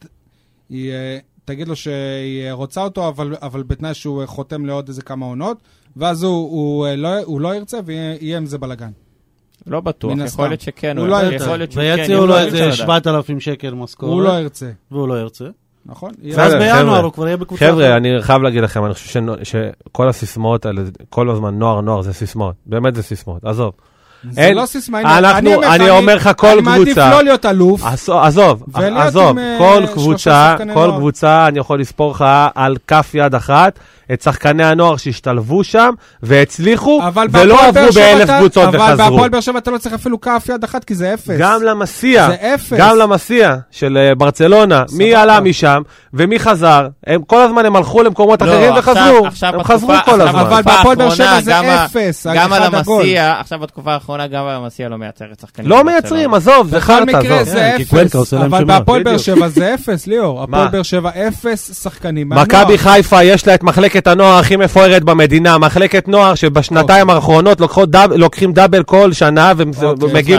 תגיד לו שהיא רוצה אותו, אבל, אבל בתנאי שהוא חותם לעוד איזה כמה עונות, ואז הוא, הוא, לא, הוא לא ירצה ויהיה עם זה בלגן. לא בטוח, יכול להיות שכן. הוא לא ירצה. ויציעו לו איזה שבעת אלפים שקל משכורת. הוא לא ירצה. והוא לא ירצה. נכון. ואז בינואר הוא כבר יהיה בקבוצה. חבר'ה, אני חייב להגיד לכם, אני חושב שכל הסיסמאות האלה, כל הזמן נוער נוער זה סיסמאות. באמת זה סיסמאות. עזוב. זה לא סיסמה, אני אומר לך כל קבוצה, אני מעדיף לא להיות אלוף, עזוב, עזוב, כל קבוצה, כל קבוצה אני יכול לספור לך על כף יד אחת, את שחקני הנוער שהשתלבו שם, והצליחו, ולא עברו באלף קבוצות וחזרו. אבל בהפועל באר שבע אתה לא צריך אפילו כף יד אחת, כי זה אפס. גם למסיע, זה אפס. גם למסיע של ברצלונה, מי עלה משם, ומי חזר, כל הזמן הם הלכו למקומות אחרים וחזרו, הם חזרו כל הזמן. אבל בהפועל באר שבע זה אפס, גם על המסיע, עכשיו בתקופה האחרונה גם על המסיע לא מייצרת שחקנים. לא מייצרים, עזוב, זה חרטה, מקרה זה אפס, אבל בהפועל באר שבע זה אפס, ליאור. הפועל באר שבע אפס שחקנים. מכבי חיפה יש לה את מחלקת הנוער הכי מפוארת במדינה, מחלקת נוער שבשנתיים האחרונות לוקחים דאבל כל שנה ומגיעים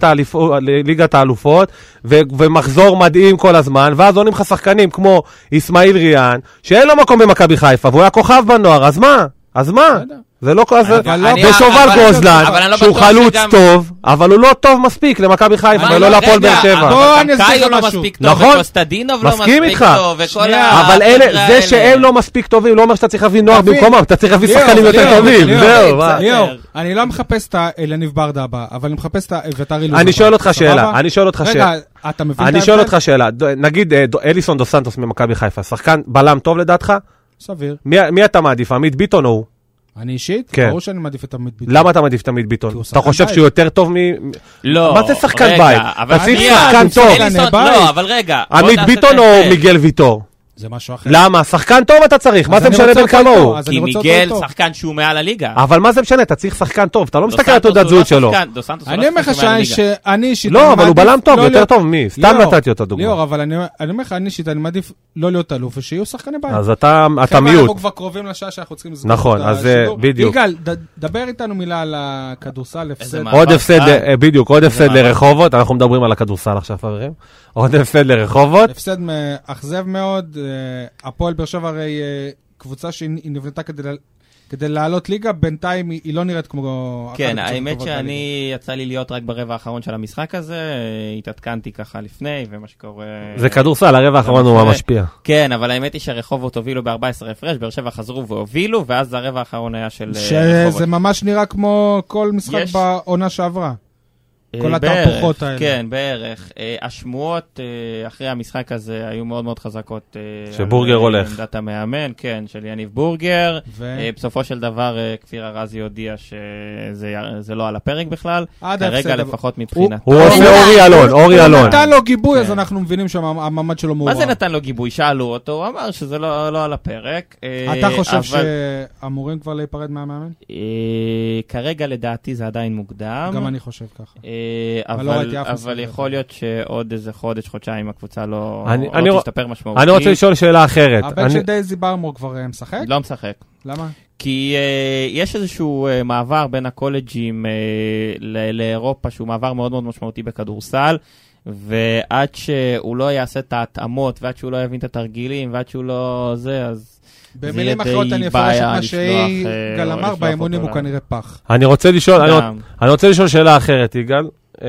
לליגת האלופות ומחזור מדהים כל הזמן, ואז עונים לך שחקנים כמו איסמעיל ריאן שאין לו מקום במכבי חיפה והוא היה כוכב בנוער, אז מה? אז מה? זה לא כזה, ושובל גוזלן, שהוא חלוץ טוב, אבל הוא לא טוב מספיק למכבי חיפה, ולא להפועל באר שבע. בוא אני אסביר לך משהו. נכון, וקוסטדינוב לא מסכים מספיק איתך, טוב, אבל זה שהם לא מספיק טובים, לא אומר שאתה צריך להביא נוער במקומם, אתה צריך להביא שחקנים יותר טובים. זהו, ליאור, אני לא מחפש את אלניב ברדה הבא, אבל אני מחפש את אביתר אילוז. אני שואל אותך שאלה, אני שואל אותך שאלה. רגע, אתה מבין את אני שואל אותך שאלה, נגיד אליסון דו סנטוס ממכבי חיפה, שחקן בלם טוב לדעתך? סביר. מי אתה מעדיף, עמית ביטון או הוא? אני אישית? כן. ברור שאני מעדיף את עמית ביטון. למה אתה מעדיף את עמית ביטון? אתה חושב שהוא יותר טוב מ... לא. מה זה שחקן בית? אתה צריך שנייה, שחקן טוב. לא, אבל רגע. עמית ביטון או מיגל ויטור? זה משהו אחר. למה? שחקן טוב אתה צריך, מה זה משנה בין כמה הוא? כי מיגל שחקן שהוא מעל הליגה. אבל מה זה משנה? אתה צריך שחקן טוב, אתה לא מסתכל על תעודת זהות שלו. אני אומר לך שאני אישית... לא, אבל הוא בלם טוב, יותר טוב מי? סתם נתתי אותו דוגמה. ליאור, אבל אני אומר לך, אני אישית, אני מעדיף לא להיות אלוף, ושיהיו שחקני בית. אז אתה מיעוט. חבר'ה, אנחנו כבר קרובים לשעה שאנחנו צריכים לסגור. נכון, אז בדיוק. יגאל, דבר איתנו מילה על הכדורסל, הפסד. עוד הפסד, בדיוק, עוד הפסד לרחובות, אנחנו מדברים על הכדורסל עכשיו, חברים. עוד הפסד לרחובות. הפסד מאכזב מאוד. הפועל באר שבע הרי קבוצה שהיא נבנתה כדי כדי לעלות ליגה, בינתיים היא לא נראית כמו... כן, האמת שאני יצא לי להיות רק ברבע האחרון של המשחק הזה, התעדכנתי ככה לפני, ומה שקורה... זה כדורסל, הרבע האחרון הוא המשפיע. כן, אבל האמת היא שרחובות הובילו ב-ארבע עשרה הפרש, באר שבע חזרו והובילו, ואז הרבע האחרון היה של רחובות. שזה ממש נראה כמו כל משחק בעונה שעברה. כל התהפוכות האלה. כן, בערך. השמועות אחרי המשחק הזה היו מאוד מאוד חזקות. שבורגר הולך. עמדת המאמן, כן, של יניב בורגר. בסופו של דבר, כפיר ארזי הודיע שזה לא על הפרק בכלל. כרגע לפחות מבחינת. הוא עושה אורי אלון, אורי אלון. הוא נתן לו גיבוי, אז אנחנו מבינים שהמעמד שלו מעורר. מה זה נתן לו גיבוי? שאלו אותו, הוא אמר שזה לא על הפרק. אתה חושב שאמורים כבר להיפרד מהמאמן? כרגע לדעתי זה עדיין מוקדם. גם אני חושב ככה. אבל יכול להיות שעוד איזה חודש, חודשיים, הקבוצה לא תשתפר משמעותית. אני רוצה לשאול שאלה אחרת. הבן של דייזי ברמור כבר משחק? לא משחק. למה? כי יש איזשהו מעבר בין הקולג'ים לאירופה, שהוא מעבר מאוד מאוד משמעותי בכדורסל, ועד שהוא לא יעשה את ההתאמות, ועד שהוא לא יבין את התרגילים, ועד שהוא לא זה, אז במילים אחרות אני אפרש את מה שיגאל אמר, באימונים הוא כנראה פח. אני רוצה לשאול, אני רוצה לשאול שאלה אחרת, יגאל.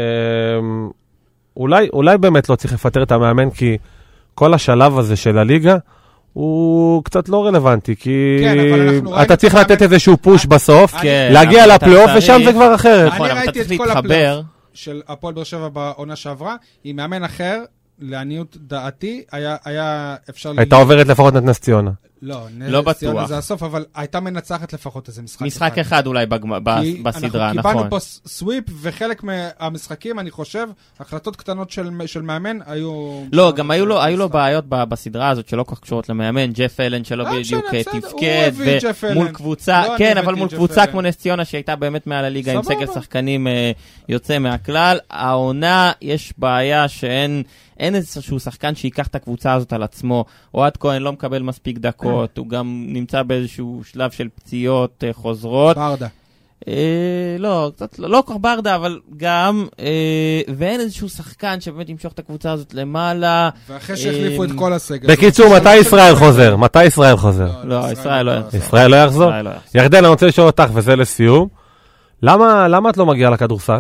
אולי באמת לא צריך לפטר את המאמן, כי כל השלב הזה של הליגה, הוא קצת לא רלוונטי, כי אתה צריך לתת איזשהו פוש בסוף, להגיע לפלייאוף, ושם זה כבר אחרת. אני ראיתי את כל הפלייאוף של הפועל באר שבע בעונה שעברה, עם מאמן אחר, לעניות דעתי, היה אפשר... הייתה עוברת לפחות את נס ציונה. לא, לא בטוח. זה הסוף, אבל הייתה מנצחת לפחות איזה משחק. משחק אחד אולי בסדרה, נכון. קיבלנו פה סוויפ, וחלק מהמשחקים, אני חושב, החלטות קטנות של מאמן היו... לא, גם היו לו בעיות בסדרה הזאת, שלא כל כך קשורות למאמן, ג'ף אלן, שלא בדיוק תפקד, ומול קבוצה, כן, אבל מול קבוצה כמו נס ציונה, שהייתה באמת מעל הליגה, עם סגל שחקנים יוצא מהכלל. העונה, יש בעיה שאין... אין איזשהו שחקן שיקח את הקבוצה הזאת על עצמו. אוהד כהן לא מקבל מספיק דקות, הוא גם נמצא באיזשהו שלב של פציעות חוזרות. ברדה. לא, לא כל כך ברדה, אבל גם, ואין איזשהו שחקן שבאמת ימשוך את הקבוצה הזאת למעלה. ואחרי שהחליפו את כל הסגל. בקיצור, מתי ישראל חוזר? מתי ישראל חוזר? לא, ישראל לא יחזור. ישראל לא יחזור? ירדן, אני רוצה לשאול אותך, וזה לסיום. למה את לא מגיעה לכדורסל?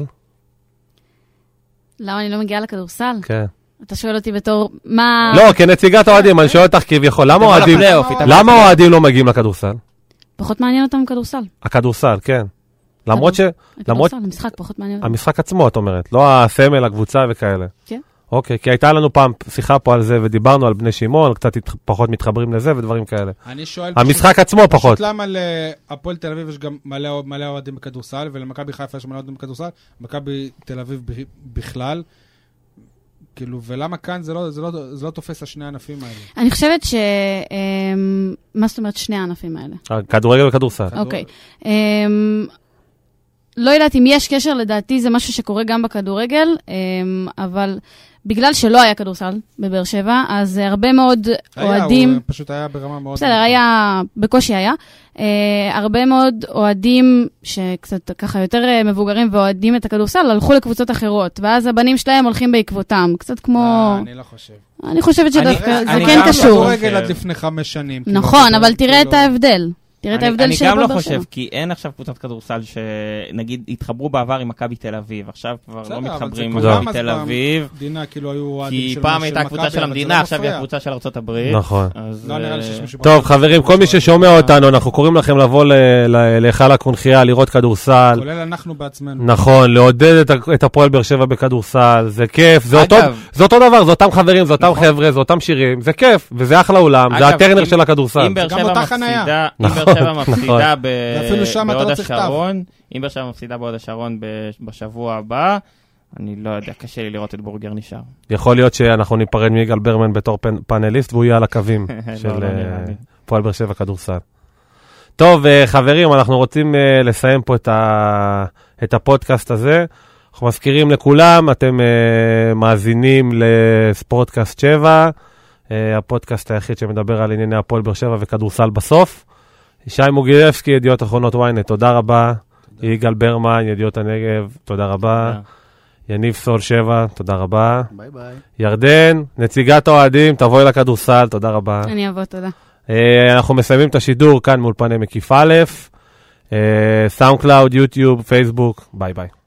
למה אני לא מגיעה לכדורסל? כן. אתה שואל אותי בתור מה... לא, כנציגת אוהדים, אני שואל אותך כביכול, למה אוהדים לא מגיעים לכדורסל? פחות מעניין אותם כדורסל. הכדורסל, כן. למרות ש... הכדורסל, המשחק פחות מעניין אותם. המשחק עצמו, את אומרת, לא הסמל, הקבוצה וכאלה. כן. אוקיי, כי הייתה לנו פעם שיחה פה על זה, ודיברנו על בני שמעון, קצת פחות מתחברים לזה ודברים כאלה. אני שואל... המשחק עצמו פחות. פשוט למה להפועל תל אביב יש גם מלא אוהדים בכדורסל, ולמכבי חיפה יש מלא אוהדים בכדורסל, מכבי תל אביב בכלל. כאילו, ולמה כאן זה לא, זה לא, זה לא תופס השני הענפים האלה? אני חושבת ש... מה זאת אומרת שני הענפים האלה? כדורגל וכדורסל. אוקיי. לא יודעת אם יש קשר, לדעתי זה משהו שקורה גם בכדורגל, אבל בגלל שלא היה כדורסל בבאר שבע, אז הרבה מאוד אוהדים... היה, הוא פשוט היה ברמה מאוד... בסדר, היה, בקושי היה. הרבה מאוד אוהדים שקצת ככה יותר מבוגרים ואוהדים את הכדורסל, הלכו לקבוצות אחרות, ואז הבנים שלהם הולכים בעקבותם, קצת כמו... אני לא חושב. אני חושבת שדווקא זה כן קשור. אני גם כדורגל עד לפני חמש שנים. נכון, אבל תראה את ההבדל. תראה את ההבדל של אני גם לא חושב, כי אין עכשיו קבוצת כדורסל שנגיד התחברו בעבר עם מכבי תל אביב, עכשיו כבר לא מתחברים עם מכבי תל אביב, כי פעם הייתה קבוצה של המדינה, עכשיו היא הקבוצה של ארצות הברית. נכון. טוב חברים, כל מי ששומע אותנו, אנחנו קוראים לכם לבוא להיכל הקונחייה, לראות כדורסל. כולל אנחנו בעצמנו. נכון, לעודד את הפועל באר שבע בכדורסל, זה כיף, זה אותו דבר, זה אותם חברים, זה אותם חבר'ה, זה אותם שירים, זה כיף, וזה אחלה אולם, זה הטרנר של הכדורסל. שבע מפסידה בהוד השרון, אם באר שבע מפסידה בהוד השרון בשבוע הבא, אני לא יודע, קשה לי לראות את בורגר נשאר. יכול להיות שאנחנו ניפרד מיגאל ברמן בתור פאנליסט, והוא יהיה על הקווים של פועל באר שבע כדורסל. טוב, חברים, אנחנו רוצים לסיים פה את הפודקאסט הזה. אנחנו מזכירים לכולם, אתם מאזינים לספורטקאסט שבע, הפודקאסט היחיד שמדבר על ענייני הפועל באר שבע וכדורסל בסוף. שי מוגילבסקי, ידיעות אחרונות וויינט, תודה רבה. יגאל ברמן, ידיעות הנגב, תודה רבה. יניב סול שבע, תודה רבה. ביי ביי. ירדן, נציגת האוהדים, תבואי לכדורסל, תודה רבה. אני אבוא, תודה. אנחנו מסיימים את השידור כאן מאולפני מקיף א', סאונד קלאוד, יוטיוב, פייסבוק, ביי ביי.